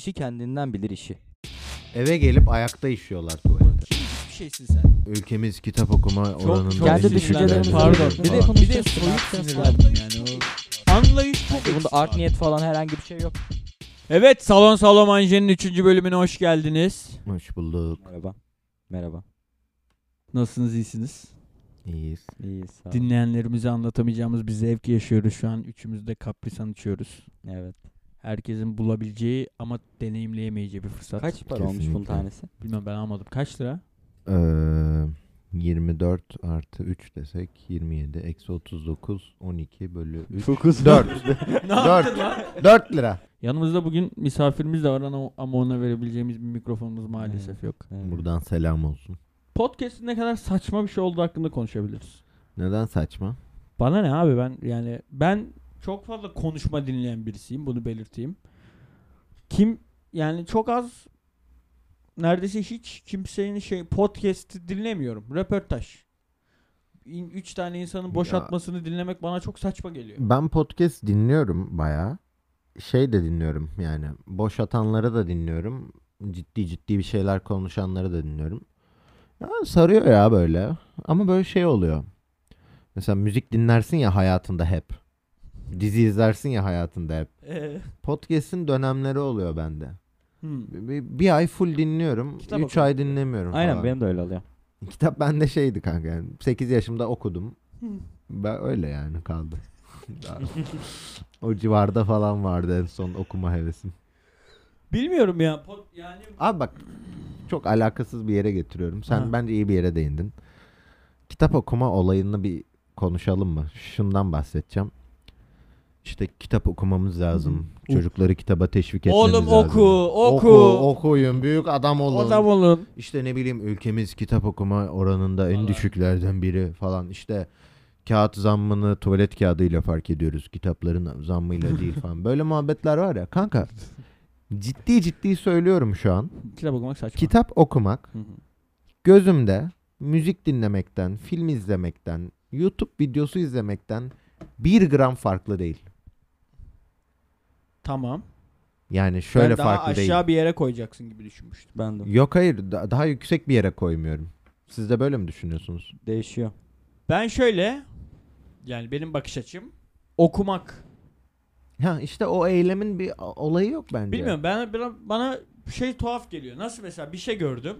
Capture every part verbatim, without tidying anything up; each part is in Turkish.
kişi kendinden bilir işi. Eve gelip ayakta işiyorlar tuvalete. Hiçbir şeysin sen. Ülkemiz kitap okuma oranında çok kendi en düşüncelerimizi düşüklerden Pardon. biri Bir de, falan. bir de soyup sinirlendim yani. O anlayış çok Bunda eksik art abi. niyet falan herhangi bir şey yok. Evet, Salon Salomanje'nin üçüncü bölümüne hoş geldiniz. Hoş bulduk. Merhaba. Merhaba. Nasılsınız, iyisiniz? İyiyiz. İyi sağ ol. Dinleyenlerimize anlatamayacağımız bir zevk yaşıyoruz şu an. Üçümüz de kaprisan içiyoruz. Evet. Herkesin bulabileceği ama deneyimleyemeyeceği bir fırsat. Kaç para olmuş bunun Kesinlikle. tanesi? Bilmem, ben almadım. Kaç lira? Ee, yirmi dört artı üç desek yirmi yedi eksi otuz dokuz on iki bölü üç. dört. Ne yaptın lan? dört lira. Yanımızda bugün misafirimiz de var ama, ama ona verebileceğimiz bir mikrofonumuz maalesef Evet. yok. Evet. Buradan selam olsun. Podcast'in ne kadar saçma bir şey olduğu hakkında konuşabiliriz. Neden saçma? Bana ne abi, ben yani ben çok fazla konuşma dinleyen birisiyim, bunu belirteyim. Kim yani çok az, neredeyse hiç kimsenin şey podcast'i dinlemiyorum. Röportaj. İn- Üç tane insanın boşaltmasını dinlemek bana çok saçma geliyor. Ben podcast dinliyorum bayağı. Şey de dinliyorum yani. Boş atanları da dinliyorum. Ciddi ciddi bir şeyler konuşanları da dinliyorum. Ya sarıyor ya böyle. Ama böyle şey oluyor. Mesela müzik dinlersin ya hayatında hep. Dizi izlersin ya hayatında hep. Ee, Podcast'in dönemleri oluyor bende. hmm. Bir, bir ay full dinliyorum. Kitap üç okuyorum ay diyor. dinlemiyorum Aynen falan. benim de öyle oluyor. Kitap bende şeydi kanka. Yani sekiz yaşımda okudum. Hmm. Ben öyle yani kaldı. Daha- o civarda falan vardı en son okuma hevesim. Bilmiyorum ya. Pod- yani Abi bak çok alakasız bir yere getiriyorum. Sen Ha. bence iyi bir yere değindin. Kitap okuma olayını bir konuşalım mı? Şundan bahsedeceğim. İşte kitap okumamız lazım. Hı. Çocukları kitaba teşvik etmemiz oğlum lazım. oku, oku. Oku, okuyun, büyük adam olun. Adam olun. İşte ne bileyim ülkemiz kitap okuma oranında en Falan. düşüklerden biri falan. İşte kağıt zammını tuvalet kağıdıyla fark ediyoruz. Kitapların zammıyla değil falan. Böyle muhabbetler var ya. Kanka ciddi ciddi söylüyorum şu an. Kitap okumak saçma. Kitap okumak Hı hı. gözümde müzik dinlemekten, film izlemekten, YouTube videosu izlemekten bir gram farklı değil. Tamam. Yani şöyle ben daha farklı aşağı değil. bir yere koyacaksın gibi düşünmüştüm. Ben de. Yok hayır da- daha yüksek bir yere koymuyorum. Siz de böyle mi düşünüyorsunuz? Değişiyor. Ben şöyle, yani benim bakış açım okumak. Ha işte o eylemin bir a- olayı yok bence. Bilmiyorum, ben bana, bana şey tuhaf geliyor. Nasıl mesela bir şey gördüm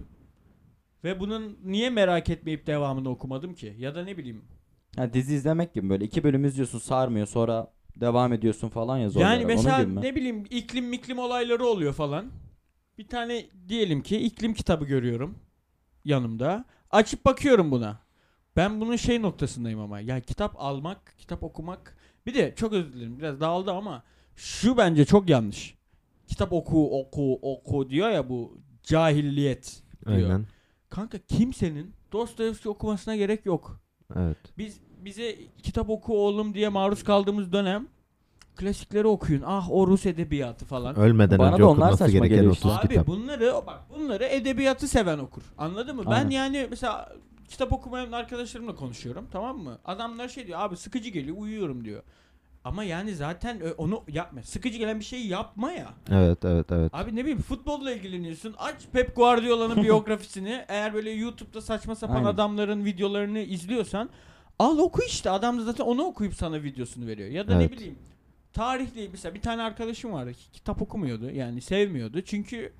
ve bunun niye merak etmeyip devamını okumadım ki? Ya da ne bileyim. Ha, dizi izlemek gibi böyle iki bölüm izliyorsun, sarmıyor, sonra devam ediyorsun falan ya, zor Yani olarak. mesela Onun gibi mi? ne bileyim iklim miklim olayları oluyor falan. Bir tane diyelim ki iklim kitabı görüyorum yanımda. Açıp bakıyorum buna. Ben bunun şey noktasındayım ama. Ya kitap almak, kitap okumak. Bir de çok özür dilerim, biraz dağıldı ama şu bence çok yanlış. Kitap oku, oku, oku diyor ya, bu cahilliyet diyor. Aynen. Kanka kimsenin Dostoyevski okumasına gerek yok. Evet. Biz bize kitap oku oğlum diye maruz kaldığımız dönem klasikleri okuyun. Ah o Rus edebiyatı falan. Ölmeden Bana önce da onlar okunması saçma gereken geliyor otuz işte. Abi kitap. bunları bak bunları edebiyatı seven okur. Anladın mı? Aynen. Ben yani mesela kitap okumayan arkadaşlarımla konuşuyorum, tamam mı? Adamlar şey diyor, abi sıkıcı geliyor, uyuyorum diyor. Ama yani zaten ö- onu yapma. Sıkıcı gelen bir şeyi yapma ya. Evet evet evet. Abi ne bileyim, futbolla ilgileniyorsun. Aç Pep Guardiola'nın biyografisini. Eğer böyle YouTube'da saçma sapan Aynen. adamların videolarını izliyorsan al oku işte. Adam da zaten onu okuyup sana videosunu veriyor. Ya da Evet. ne bileyim, tarihle mesela bir tane arkadaşım vardı. Kitap okumuyordu. Yani sevmiyordu. Çünkü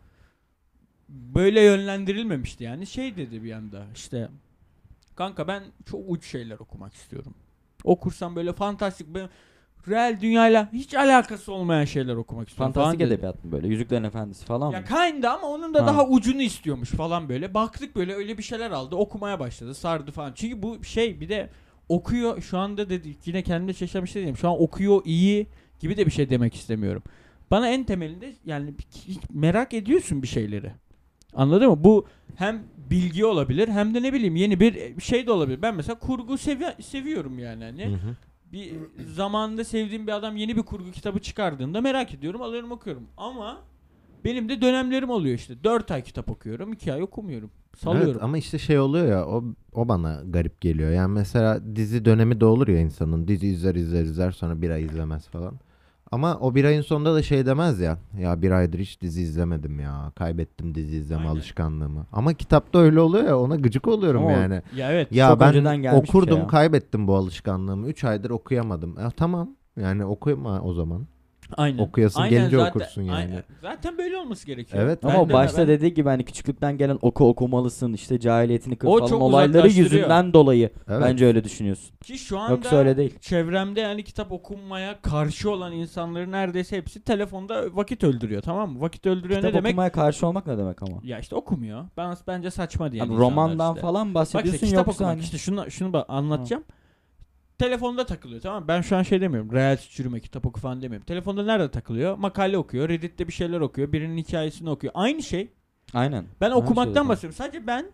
böyle yönlendirilmemişti yani. Şey dedi bir anda işte, kanka ben çok uç şeyler okumak istiyorum. Okursam böyle fantastik, böyle real dünyayla hiç alakası olmayan şeyler okumak istiyorum Fantastik falan dedi. edebiyat mı böyle? Yüzüklerin Efendisi falan Ya mı? kinda, ama onun da Ha. daha ucunu istiyormuş falan böyle. Baktık böyle, öyle bir şeyler aldı. Okumaya başladı. Sardı falan. Çünkü bu şey, bir de okuyor şu anda dedik, yine kendimde şaşırmış şey diyeyim. Şu an okuyor iyi gibi de bir şey demek istemiyorum. Bana en temelinde yani merak ediyorsun bir şeyleri. Anladın mı? Bu hem bilgi olabilir hem de ne bileyim yeni bir şey de olabilir. Ben mesela kurgu sevi- seviyorum yani hani. Hı hı. Bir zamanında sevdiğim bir adam yeni bir kurgu kitabı çıkardığında merak ediyorum, alıyorum okuyorum. Ama benim de dönemlerim oluyor işte. dört ay kitap okuyorum, iki ay okumuyorum. Salıyorum. Evet ama işte şey oluyor ya o, o bana garip geliyor. Yani mesela dizi dönemi de olur ya insanın. Dizi izler izler izler sonra bir ay izlemez falan. Ama o bir ayın sonunda da şey demez ya. Ya bir aydır hiç dizi izlemedim ya. Kaybettim dizi izleme Aynen. alışkanlığımı. Ama kitapta öyle oluyor ya, ona gıcık oluyorum Ama o- yani. Ya evet. Ya çok ben önceden gelmiş bir şey okurdum ya. kaybettim bu alışkanlığımı. üç aydır okuyamadım. E, tamam yani okuyma o zaman. Aynen. Okuyasın Aynen, gelince zaten- okursun yani. aynen. Zaten böyle olması gerekiyor. Evet. Ama Ben o de- başta ben- dediği gibi hani küçüklükten gelen oku okumalısın işte cahiliyetini kır O falan çok olayları uzaklaştırıyor. yüzünden dolayı Evet. bence öyle düşünüyorsun. Ki şu anda Yoksa öyle değil. çevremde yani kitap okunmaya karşı olan insanların neredeyse hepsi telefonda vakit öldürüyor, tamam mı? Vakit öldürüyor Kitap ne demek? okumaya karşı olmak ne demek ama? Ya işte okumuyor. Ben bence saçma diyen Hani insanlar romandan işte. falan Bak bahsediyorsun işte kitap yoksa okumak hani. işte şunu şunu ba- anlatacağım. Telefonda takılıyor, tamam mı? Ben şu an şey demiyorum. Reality çürüme, kitap oku falan demiyorum. Telefonda nerede takılıyor? Makale okuyor, Reddit'te bir şeyler okuyor, birinin hikayesini okuyor. Aynı şey. Aynen. Ben Aynı okumaktan şey bahsediyorum. Sadece ben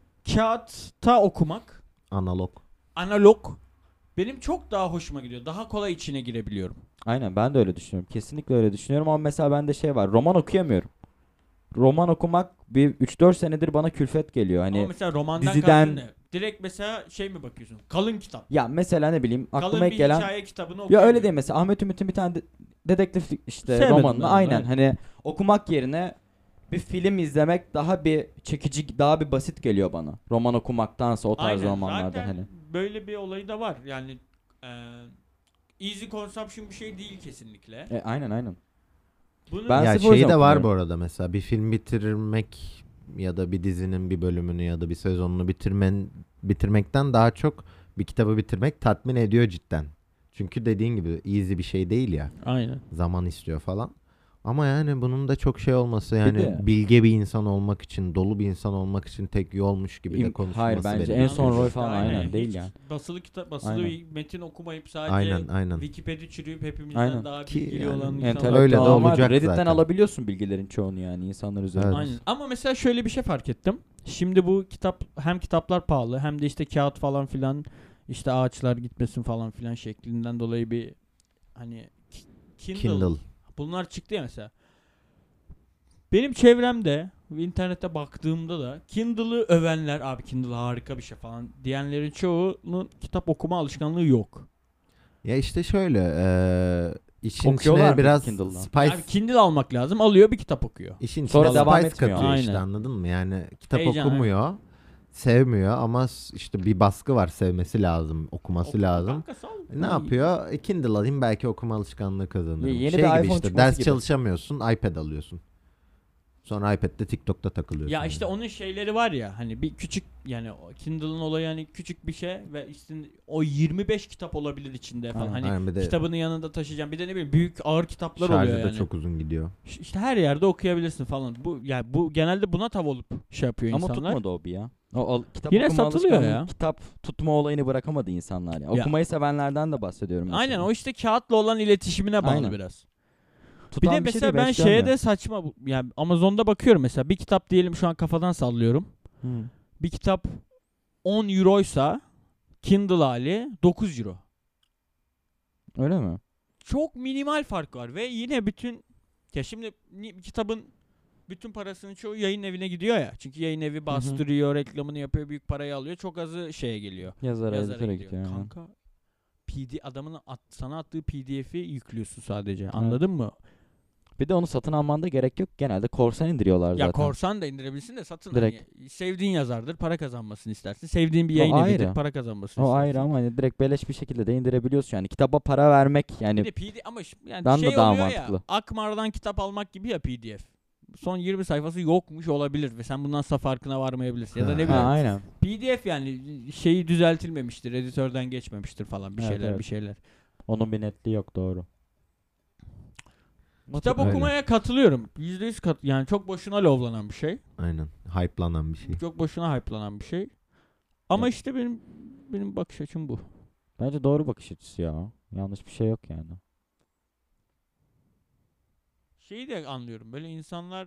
kağıtta okumak, Analog. analog benim çok daha hoşuma gidiyor. Daha kolay içine girebiliyorum. Aynen ben de öyle düşünüyorum. Kesinlikle öyle düşünüyorum ama mesela bende şey var. Roman okuyamıyorum. Roman okumak bir üç dört senedir bana külfet geliyor. Hani Ama mesela romandan diziden- kastın ne? Direkt mesela şey mi bakıyorsun? Kalın kitap. ya mesela ne bileyim aklıma Kalın ilk bir gelen hikaye kitabını ya okuyamıyorum. öyle değil mesela Ahmet Ümit'in bir tane de- dedektif işte Sevmedim ben romanını onu, aynen evet. hani okumak yerine bir film izlemek daha bir çekici daha bir basit geliyor bana. Roman okumaktansa o tarz Aynen. romanlarda Zaten hani. böyle bir olayı da var. Yani e, easy consumption bir şey değil kesinlikle. E, aynen aynen. Bunu Ben ya sırf o şey yüzden de var bu okumuyorum. arada, mesela bir film bitirmek ya da bir dizinin bir bölümünü ya da bir sezonunu bitirmen bitirmekten daha çok bir kitabı bitirmek tatmin ediyor cidden. Çünkü dediğin gibi easy bir şey değil ya. aynen. Zaman istiyor falan. Ama yani bunun da çok şey olması, yani de- bilge bir insan olmak için, dolu bir insan olmak için tek yolmuş gibi de İm- konuşulması hayır, bence benim en için son üzücü. Roy falan aynen değil Hiç yani. Basılı kitap, basılı Aynen. bir metin okumayıp sadece Aynen aynen. Wikipedia çürüyüp hepimizden Aynen. daha Ki bilgili yani olan insanlar. Entelektüel Öyle de olan vardır. olacak Reddit'ten zaten. alabiliyorsun bilgilerin çoğunu yani insanlar üzerinde. Evet. Aynen. Ama mesela şöyle bir şey fark ettim. Şimdi bu kitap hem kitaplar pahalı hem de işte kağıt falan filan işte ağaçlar gitmesin falan filan şeklinden dolayı bir hani Ki- Kindle, Kindle. bunlar çıktı ya mesela. Benim çevremde ve internette baktığımda da Kindle'ı övenler, abi Kindle harika bir şey falan diyenlerin çoğunun kitap okuma alışkanlığı yok. Ya işte şöyle eee işin Okuyorlar içine mı biraz Kindle'dan? spice, Yani Kindle almak lazım, alıyor bir kitap okuyor. işin Sonra içine devam spice etmiyor. katıyor işte, Aynen. anladın mı? Yani kitap Heyecan, okumuyor, sevmiyor ama s- işte bir baskı var, sevmesi lazım, okuması Okuma lazım. kanka, sal. E ne yapıyor? E, Kindle alayım, belki okuma alışkanlığı kazanırım. Ye- yeni şey bir gibi iPhone işte, çıkması ders gibi. çalışamıyorsun, iPad alıyorsun. Sonra iPad'de TikTok'ta takılıyorsun. Ya yani. işte onun şeyleri var ya, hani bir küçük, yani o Kindle'ın olayı hani küçük bir şey ve işte o yirmi beş kitap olabilir içinde falan. Aynen. Hani Aynen, bir de kitabını yanında taşıyacağım. Bir de ne bileyim büyük ağır kitaplar şarjı oluyor da yani. çok uzun gidiyor. Ş- İşte her yerde okuyabilirsin falan. Bu yani bu genelde buna tav olup şey yapıyor Ama insanlar. tutmadı o bir ya. O, al- kitap Yine okuma satılıyor alışkanlığı, ya. Kitap tutma olayını bırakamadı insanlar ya. Ya. Okumayı sevenlerden de bahsediyorum mesela. Aynen, o işte kağıtla olan iletişimine bağlı Aynen. biraz. Tutan Bir de bir şey mesela değil, ben hiç şeye görmüyorum. de saçma bu- yani Amazon'da bakıyorum mesela, bir kitap diyelim, şu an kafadan sallıyorum. Hı. Bir kitap on euroysa Kindle hali dokuz euro. Öyle mi? Çok minimal fark var ve yine bütün, ya şimdi ni- kitabın bütün parasının çoğu yayın evine gidiyor ya. Çünkü yayın evi bastırıyor, reklamını yapıyor, büyük parayı alıyor. Çok azı şeye geliyor. Yazara, Yazara editöre gidiyor. gidiyor. yani. Kanka P D adamın at, sana attığı P D F'i yüklüyorsun sadece. Anladın mı? Bir de onu satın alman da gerek yok. Genelde korsan indiriyorlar Ya zaten. korsan da indirebilsin de satın. Direkt. Hani sevdiğin yazardır, para kazanmasını istersin. Sevdiğin bir O yayın evidir, ayrı. para kazanmasını O istersin. ayrı ama hani direkt beleş bir şekilde de indirebiliyorsun yani. Kitaba para vermek yani Bir de P D ama ş- yani Dan da şey daha oluyor mantıklı. ya. Akmar'dan kitap almak gibi ya P D F. Son yirmi sayfası yokmuş olabilir ve sen bundan saf farkına varmayabilirsin. Ya da ne Ha, ha, bileyim. aynen. P D F yani şeyi düzeltilmemiştir, editörden geçmemiştir falan bir Evet, şeyler evet. bir şeyler. Onun bir netliği yok, doğru. Kitap Öyle. okumaya katılıyorum. yüzde yüz kat, yani çok boşuna lovlanan bir şey. Aynen. Hype'lanan bir şey. Çok boşuna hype'lanan bir şey. Ama Evet. işte benim benim bakış açım bu. Bence doğru bakış açısı ya. Yanlış bir şey yok yani. Şeyi de anlıyorum. Böyle insanlar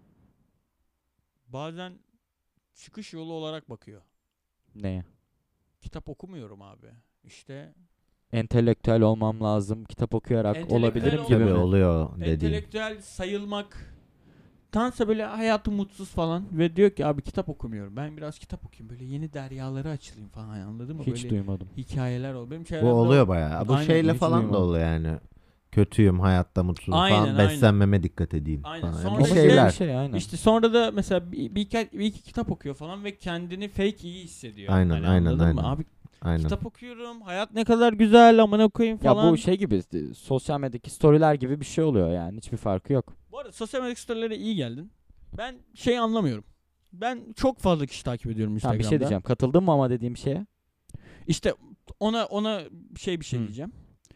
bazen çıkış yolu olarak bakıyor. Neye? Kitap okumuyorum abi. İşte Entelektüel olmam lazım. Kitap okuyarak Entelektüel olabilirim ol- gibi Tabii mi? oluyor dediğin. entelektüel sayılmak, tansa böyle hayatı mutsuz falan ve diyor ki abi kitap okumuyorum. Ben biraz kitap okuyayım. Böyle yeni deryalara açılayım falan, anladın mı? Hiç Böyle duymadım. hikayeler ol. Benim Bu çevremde oluyor o- bayağı. Bu Aynen, şeyle hiç falan da duymadım. oluyor yani. kötüyüm, hayatta mutsuzum Aynen, falan, aynen. beslenmeme dikkat edeyim Aynen. falan. Sonra Bu işte- şeyler. Şey, aynen. İşte sonra da mesela bir, bir, iki, bir iki kitap okuyor falan ve kendini fake iyi hissediyor. Aynen, Hani aynen, anladın mı? aynen. Abi Aynen. kitap okuyorum, hayat ne kadar güzel, amına koyayım Ya falan. bu şey gibi e, sosyal medyadaki storyler gibi bir şey oluyor yani. Hiçbir farkı yok. Bu arada sosyal medya storylere iyi geldin. Ben şey anlamıyorum. Ben çok fazla kişi takip ediyorum Ha, Instagram'da. bir şey diyeceğim. Katıldın mı ama dediğim şeye? İşte ona ona şey bir şey Hı. diyeceğim.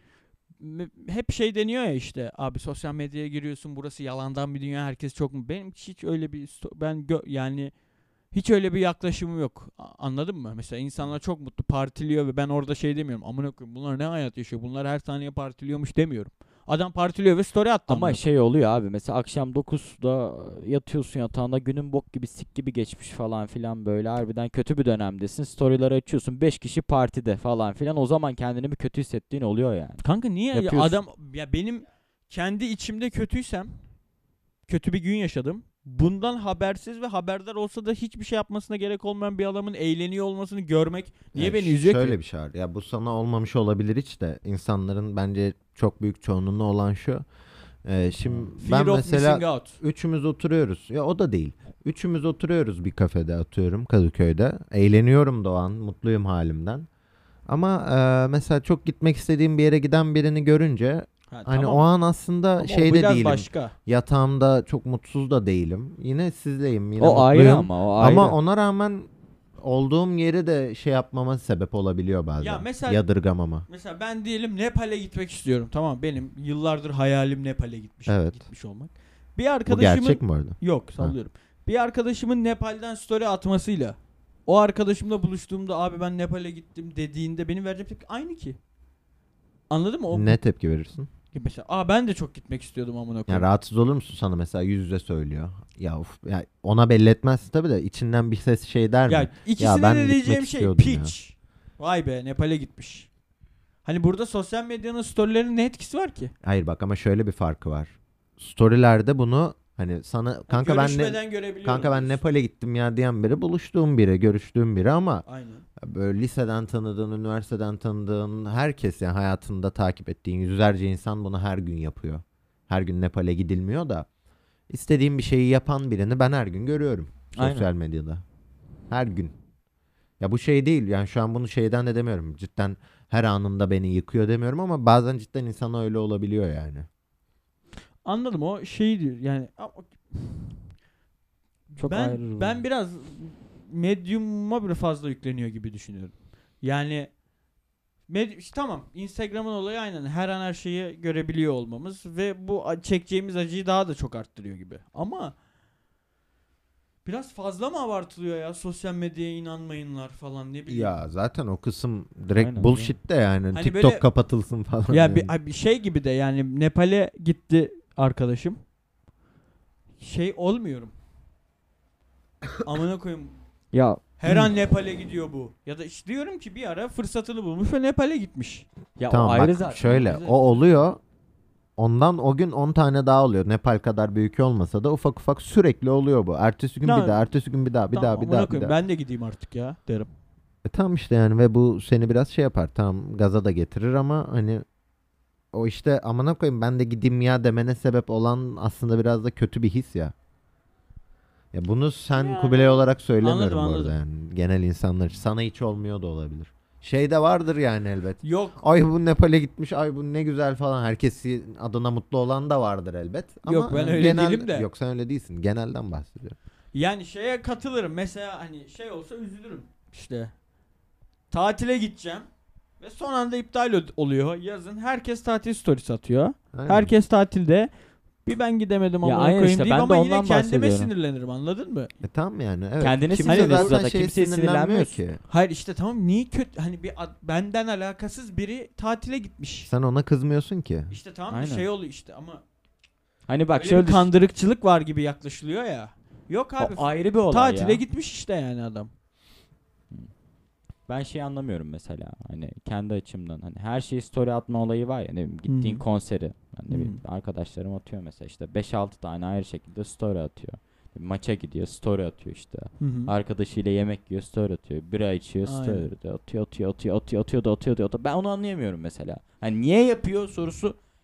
M- Hep şey deniyor ya işte abi sosyal medyaya giriyorsun burası yalandan bir dünya herkes çok mu? Benim hiç öyle bir sto- ben gö- yani hiç öyle bir yaklaşımım yok. A- Anladın mı? Mesela insanlar çok mutlu partiliyor ve ben orada şey demiyorum. Amına koyayım bunlar ne hayat yaşıyor? Bunlar her saniye partiliyormuş demiyorum. Adam partiliyor ve story attı. Ama amına şey oluyor abi. Mesela akşam dokuzda yatıyorsun yatağında, günün bok gibi sik gibi geçmiş falan filan, böyle harbiden kötü bir dönemdesin. Story'ları açıyorsun, beş kişi partide falan filan. O zaman kendini bir kötü hissettiğin oluyor yani. Kanka niye ya Yapıyorsun. adam ya benim kendi içimde kötüysem kötü bir gün yaşadım. Bundan habersiz ve haberdar olsa da hiçbir şey yapmasına gerek olmayan bir adamın eğleniyor olmasını görmek niye Yani beni üzüyor şöyle ki? bir şey var. Ya bu sana olmamış olabilir hiç de, insanların bence çok büyük çoğunluğu olan şu. Ee, şimdi Fear ben of mesela missing out. üçümüz oturuyoruz. Ya o da değil. Üçümüz oturuyoruz bir kafede, atıyorum Kadıköy'de. Eğleniyorum da o an, mutluyum halimden. Ama e, mesela çok gitmek istediğim bir yere giden birini görünce Ha, hani tamam. o an aslında Ama o şeyde biraz değilim. başka. Yatağımda çok mutsuz da değilim. Yine sizleyim, yine O ayrı mutluyum. ama o ayrı. Ama ona rağmen olduğum yeri de şey yapmama sebep olabiliyor bazen. Ya mesela- Yadırgamama. Mesela ben diyelim Nepal'e gitmek istiyorum. Tamam benim yıllardır hayalim Nepal'e gitmiş Evet. gitmiş olmak. Bir Bu arkadaşımın gerçek mi bu arada? Yok sallıyorum. Bir arkadaşımın Nepal'den story atmasıyla o arkadaşımla buluştuğumda abi ben Nepal'e gittim dediğinde benim vereceğim tepki aynı ki. Anladın mı? O Ne tepki verirsin? mesela aa ben de çok gitmek istiyordum amına Ya koyayım. rahatsız olur musun, sana mesela yüz yüze söylüyor? Ya of, ya ona belli etmezsin tabii de, içinden bir ses şey der mi? Ya ikisine ben de gitmek diyeceğim şey istiyordum ya. piç. Vay be Nepal'e gitmiş. Hani burada sosyal medyanın storylerinin ne etkisi var ki? Hayır bak, ama şöyle bir farkı var. Storylerde bunu hani sana kanka ben ne, Görüşmeden görebiliyorum. kanka ben diyorsun. Nepal'e gittim ya diyen biri, buluştuğum biri, görüştüğüm biri, ama Aynen. böyle liseden tanıdığın, üniversiteden tanıdığın herkes, yani hayatında takip ettiğin yüzlerce insan bunu her gün yapıyor. Her gün Nepal'e gidilmiyor da istediğim bir şeyi yapan birini ben her gün görüyorum sosyal Aynen. medyada. Her gün. Ya bu şey değil, yani şu an bunu şeyden de demiyorum. Cidden her anında beni yıkıyor demiyorum, ama bazen cidden insana öyle olabiliyor yani. Anladım o şey diyor yani a- Çok ben ayrı. ben biraz medyuma bile fazla yükleniyor gibi düşünüyorum. Yani med- işte tamam Instagram'ın olayı aynen her an her şeyi görebiliyor olmamız ve bu a- çekeceğimiz acıyı daha da çok arttırıyor gibi. Ama biraz fazla mı abartılıyor ya sosyal medyaya inanmayınlar falan ne bileyim. Ya zaten o kısım direkt Aynen, bullshit de yani. Hani TikTok böyle- kapatılsın falan. Ya yani. bir, ay bir şey gibi de yani Nepal'e gitti arkadaşım. Şey olmuyorum. Amına koyayım. Ya Her an Nepal'e gidiyor bu. Ya da işte diyorum ki bir ara fırsatını bulmuş ve Nepal'e gitmiş. ya Tamam o ayrı bak zaten. şöyle, Güzel. o oluyor. Ondan o gün on tane daha oluyor. Nepal kadar büyük olmasa da ufak ufak sürekli oluyor bu. Ertesi gün Ya- bir daha, ertesi gün bir daha, bir Tamam, daha, bir amına daha, bir koyayım, daha. ben de gideyim artık ya derim. E tamam işte yani, ve bu seni biraz şey yapar. Tamam, gaza da getirir ama hani o işte amına koyayım ben de gideyim ya demene sebep olan aslında biraz da kötü bir his ya. Ya bunu sen Yani- Kubilay olarak söylemiyorum Anladım, bu arada anladım. yani. Genel insanlar için. Sana hiç olmuyor da olabilir. Şey de vardır yani elbet. Yok. Ay bu Nepal'e gitmiş, ay bu ne güzel falan. Herkesin adına mutlu olan da vardır elbet. Ama Yok, ben e, öyle genel, değilim de. Yok sen öyle değilsin. Genelden bahsediyorum. Yani şeye katılırım. Mesela hani şey olsa üzülürüm. İşte tatile gideceğim ve son anda iptal ol- oluyor. Yazın herkes tatil stories atıyor. Aynen. Herkes tatilde. Bir ben gidemedim Ya ama aynen koyayım işte, deyip ben de ama yine ondan kendime bahsediyorum. sinirlenirim anladın mı? E tamam yani. Evet. Kendine Kimse sinirleniyorsun zaten zaten, şeye kimseye sinirlenmiyorsun. ki. Hayır işte tamam niye kötü hani bir ad- benden alakasız biri tatile gitmiş. Sen ona kızmıyorsun ki. İşte tamam Aynen. bir şey oluyor işte ama Hani bak öyle şöyle bir düşün- kandırıkçılık var gibi yaklaşılıyor ya. Yok abi o ayrı bir olay tatile ya. gitmiş işte yani adam. Ben şey anlamıyorum mesela, hani kendi açımdan, hani her şeyi story atma olayı var ya, ne bileyim gittiğin Hı. konseri, yani ne bileyim Hı. arkadaşlarım atıyor mesela, işte beş altı tane ayrı şekilde story atıyor. Maça gidiyor story atıyor işte. Hı hı. Arkadaşıyla yemek yiyor story atıyor. Bira içiyor story Aynen. atıyor. Atıyor atıyor atıyor atıyor atıyor da atıyor da atıyor da. Ben onu anlayamıyorum mesela. Hani niye yapıyor sorusu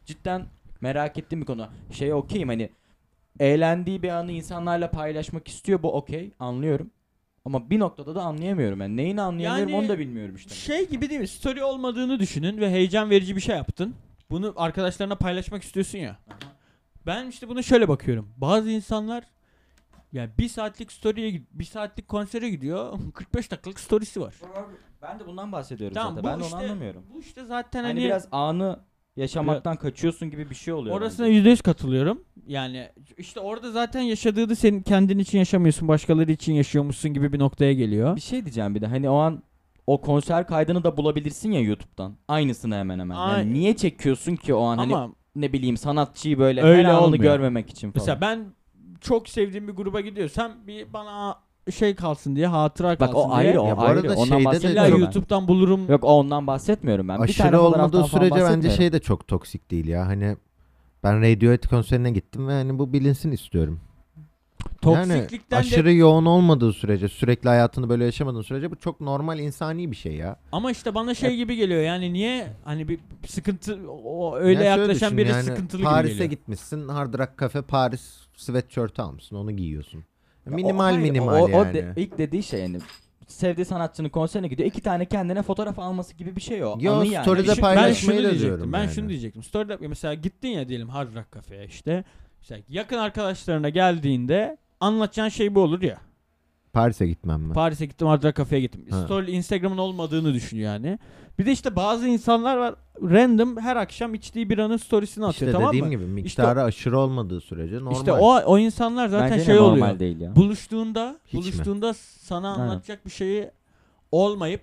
cidden merak ettiğim bir konu. Şey okeyim hani eğlendiği bir anı insanlarla paylaşmak istiyor, bu okey, anlıyorum. Ama bir noktada da anlayamıyorum ben. Neyini anlayamıyorum Yani onu da bilmiyorum işte. Şey gibi değil mi? Story olmadığını düşünün ve heyecan verici bir şey yaptın. Bunu arkadaşlarına paylaşmak istiyorsun ya. Ben işte bunu şöyle bakıyorum. Bazı insanlar yani bir saatlik story'ye gid- bir saatlik konsere gidiyor. kırk beş dakikalık storiesi var. Ben de bundan bahsediyorum Tamam, zaten. bu Ben de işte- onu anlamıyorum. Bu işte zaten Hani, hani, biraz anı yaşamaktan kaçıyorsun gibi bir şey oluyor. orasına bence. yüzde yüz katılıyorum. Yani işte orada zaten yaşadığını senin kendin için yaşamıyorsun, başkaları için yaşıyormuşsun gibi bir noktaya geliyor. Bir şey diyeceğim bir de hani o an o konser kaydını da bulabilirsin ya YouTube'dan. Aynısını hemen hemen. Ay- Yani niye çekiyorsun ki o an hani Ama ne bileyim sanatçıyı böyle Öyle her anını olmuyor. görmemek için falan. mesela ben çok sevdiğim bir gruba gidiyorsam bir bana şey kalsın diye, hatıra Bak kalsın o diye. ayrı, o Ya bu ayrı. arada Ondan şeyde de İlla bahsetmiyorum ben. YouTube'dan bulurum. Yok ondan bahsetmiyorum ben. bir Aşırı tane fotoğraftan olmadığı falan sürece bence bahsetmiyorum. şey de çok toksik değil ya. Hani ben Radiohead konserine gittim ve hani bu bilinsin istiyorum. Yani Toksiklikten aşırı de yoğun olmadığı sürece, sürekli hayatını böyle yaşamadığın sürece bu çok normal insani bir şey ya. ama işte bana şey gibi geliyor. Yani niye hani bir sıkıntı o öyle Ya şöyle yaklaşan düşün biri yani, sıkıntılı gibi Paris'e geliyor. gitmişsin, Hard Rock Cafe Paris sweatshirt almışsın, onu giyiyorsun. Ya o- Minimal hayır, minimal o, o yani. de- ilk dediği şey yani sevdiği sanatçının konserine gidiyor. İki tane kendine fotoğraf alması gibi bir şey o. Yo, Anı yani. story'de Şu- paylaşmayı ben da şunu diyorum diyecektim. Ben yani. şunu diyecektim. Story'de mesela gittin ya diyelim Hard Rock Cafe'ye işte. İşte yakın arkadaşlarına geldiğinde anlatacağın şey bu olur ya. Paris'e gitmem mi? Paris'e gittim, Hard Rock Cafe'ye gittim. Ha. Story Instagram'ın olmadığını düşün yani. Bir de işte bazı insanlar var random her akşam içtiği biranın storiesini atıyor, işte tamam dediğim mı? gibi miktarı aşırı olmadığı sürece normal. İşte o o insanlar zaten Bence şey de oluyor. normal değil ya. Buluştuğunda Hiç mi? buluştuğunda sana Aynen. anlatacak bir şeyi olmayıp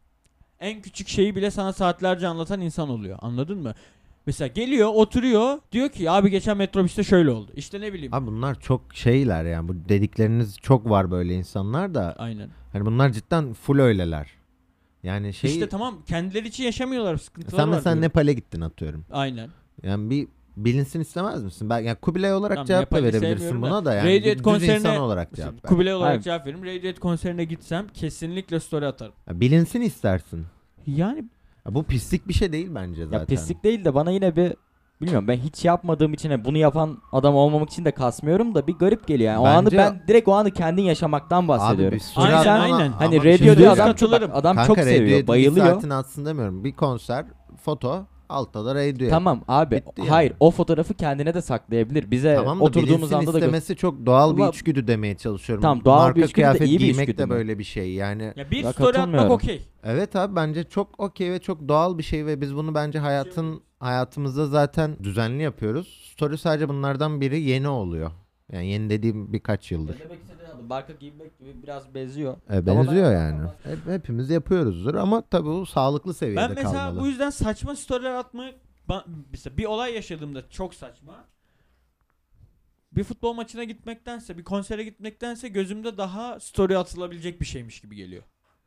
en küçük şeyi bile sana saatlerce anlatan insan oluyor. Anladın mı? Mesela geliyor, oturuyor, diyor ki abi geçen metrobüste şöyle oldu. İşte ne bileyim. Abi bunlar çok şeyler yani, bu dedikleriniz çok var böyle insanlar da, Aynen. hani bunlar cidden full öyleler. Yani şey, İşte tamam, kendileri için yaşamıyorlar, sıkıntıları sen var. mesela diyorum. Nepal'e gittin atıyorum. Aynen. Yani bir bilinsin istemez misin? Ben yani Kubilay olarak Tamam, cevap da Nepal'i verebilirsin sevmiyorum buna da. da, yani Radiohead düz konserine- insan olarak cevap ver. Kubilay olarak Hayır. cevap veririm. Radiohead konserine gitsem kesinlikle story atarım. Ya bilinsin istersin. Yani Ya bu pislik bir şey değil bence zaten. Ya pislik değil de bana yine bir bilmiyorum, ben hiç yapmadığım için hani bunu yapan adam olmamak için de kasmıyorum da bir garip geliyor yani. O anı Bence- ben direkt o anı kendin yaşamaktan Abi bahsediyorum. bir story Aynen, atman- aynen. ama Hani bir şey radyoda söyleyeyim. adam, katılırım. bak, adam Kanka, çok seviyor, Radiohead'in bir bayılıyor. saatini atsın demiyorum. Bir konser, foto, altta da Radiohead. Tamam abi. Bitti yani. Hayır, o fotoğrafı kendine de saklayabilir. Bize Tamam da oturduğumuz bilinsin anda da gö- istemesi çok doğal bir Ama- içgüdü demeye çalışıyorum. Tamam, doğal bir Marka içgüdü de kıyafet iyi bir giymek içgüdü de mü? böyle bir şey yani. ya bir Ya story atmak katılmıyorum. okey. Evet abi, bence çok okey ve çok doğal bir şey ve biz bunu bence hayatın hayatımızda zaten düzenli yapıyoruz. Story sadece bunlardan biri, yeni oluyor. Yani yeni dediğim birkaç yıldır. Demek istediğin adı barka giymek gibi biraz benziyor. E, benziyor yani. Hep, hepimiz yapıyoruzdur ama tabii bu sağlıklı seviyede Ben mesela kalmalı. bu yüzden saçma storyler atmayı ba- mesela bir olay yaşadığımda çok saçma. Bir futbol maçına gitmektense, bir konsere gitmektense gözümde daha story atılabilecek bir şeymiş gibi geliyor.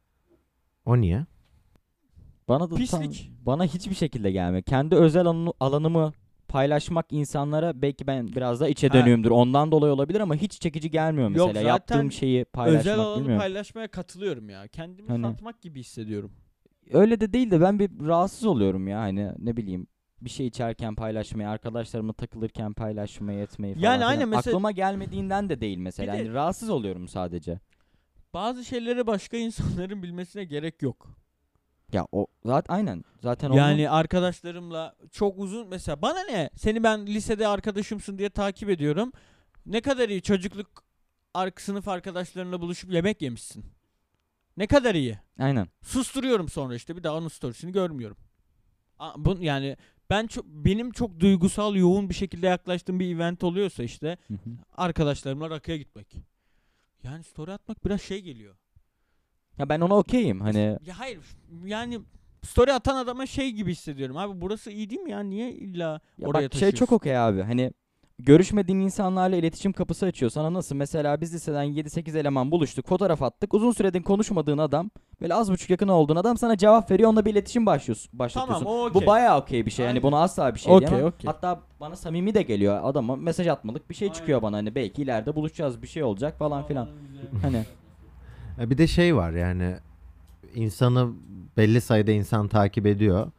O niye? Bana da tam- Pislik. bana hiçbir şekilde gelmiyor. Kendi özel alanı- alanımı paylaşmak insanlara belki ben biraz da içe Ha. dönüğümdür. Ondan dolayı olabilir ama hiç çekici gelmiyor Yok, mesela. zaten Yaptığım şeyi paylaşmak Özel alanı bilmiyorum. paylaşmaya katılıyorum ya. Kendimi Hani- satmak gibi hissediyorum. Öyle de değil de ben bir rahatsız oluyorum ya, hani ne bileyim bir şey içerken paylaşmayı, arkadaşlarımla takılırken paylaşmayı etmeyi falan. Yani filan. aynen mesela- Aklıma gelmediğinden de değil mesela. Bir de- Hani rahatsız oluyorum sadece. Bazı şeyleri başka insanların bilmesine gerek yok. Ya o zaten aynen. Zaten onu- Yani arkadaşlarımla çok uzun mesela bana ne? Seni ben lisede arkadaşımsın diye takip ediyorum. Ne kadar iyi çocukluk ark sınıf arkadaşlarınla buluşup yemek yemişsin. Ne kadar iyi. aynen. Susturuyorum sonra işte bir daha onun storiesini görmüyorum. A- Bu yani ben çok benim çok duygusal yoğun bir şekilde yaklaştığım bir event oluyorsa işte Hı hı. arkadaşlarımla rakıya gitmek. Yani story atmak biraz şey geliyor. Ya ben ona okeyim hani. Ya hayır yani story atan adama şey gibi hissediyorum. Abi burası iyi değil mi ya? Niye illa Ya oraya bak şey taşıyorsun? çok okey abi. Hani görüşmediğin insanlarla iletişim kapısı açıyor. Sana nasıl? Mesela biz liseden yedi sekiz eleman buluştuk, fotoğraf attık. Uzun süredir konuşmadığın adam, böyle az buçuk yakın olduğun adam sana cevap veriyor. Onunla bir iletişim başlıyorsun, başlatıyorsun. Tamam, o okey. Bu bayağı okey bir şey. Yani Aynen. buna asla bir şey Okey, diyemem. okey. Hatta bana samimi de geliyor. Adama mesaj atmalık bir şey Aynen. çıkıyor bana. Hani belki ileride buluşacağız, bir şey olacak falan filan. Hani Ya bir de şey var yani, insanı belli sayıda insan takip ediyor.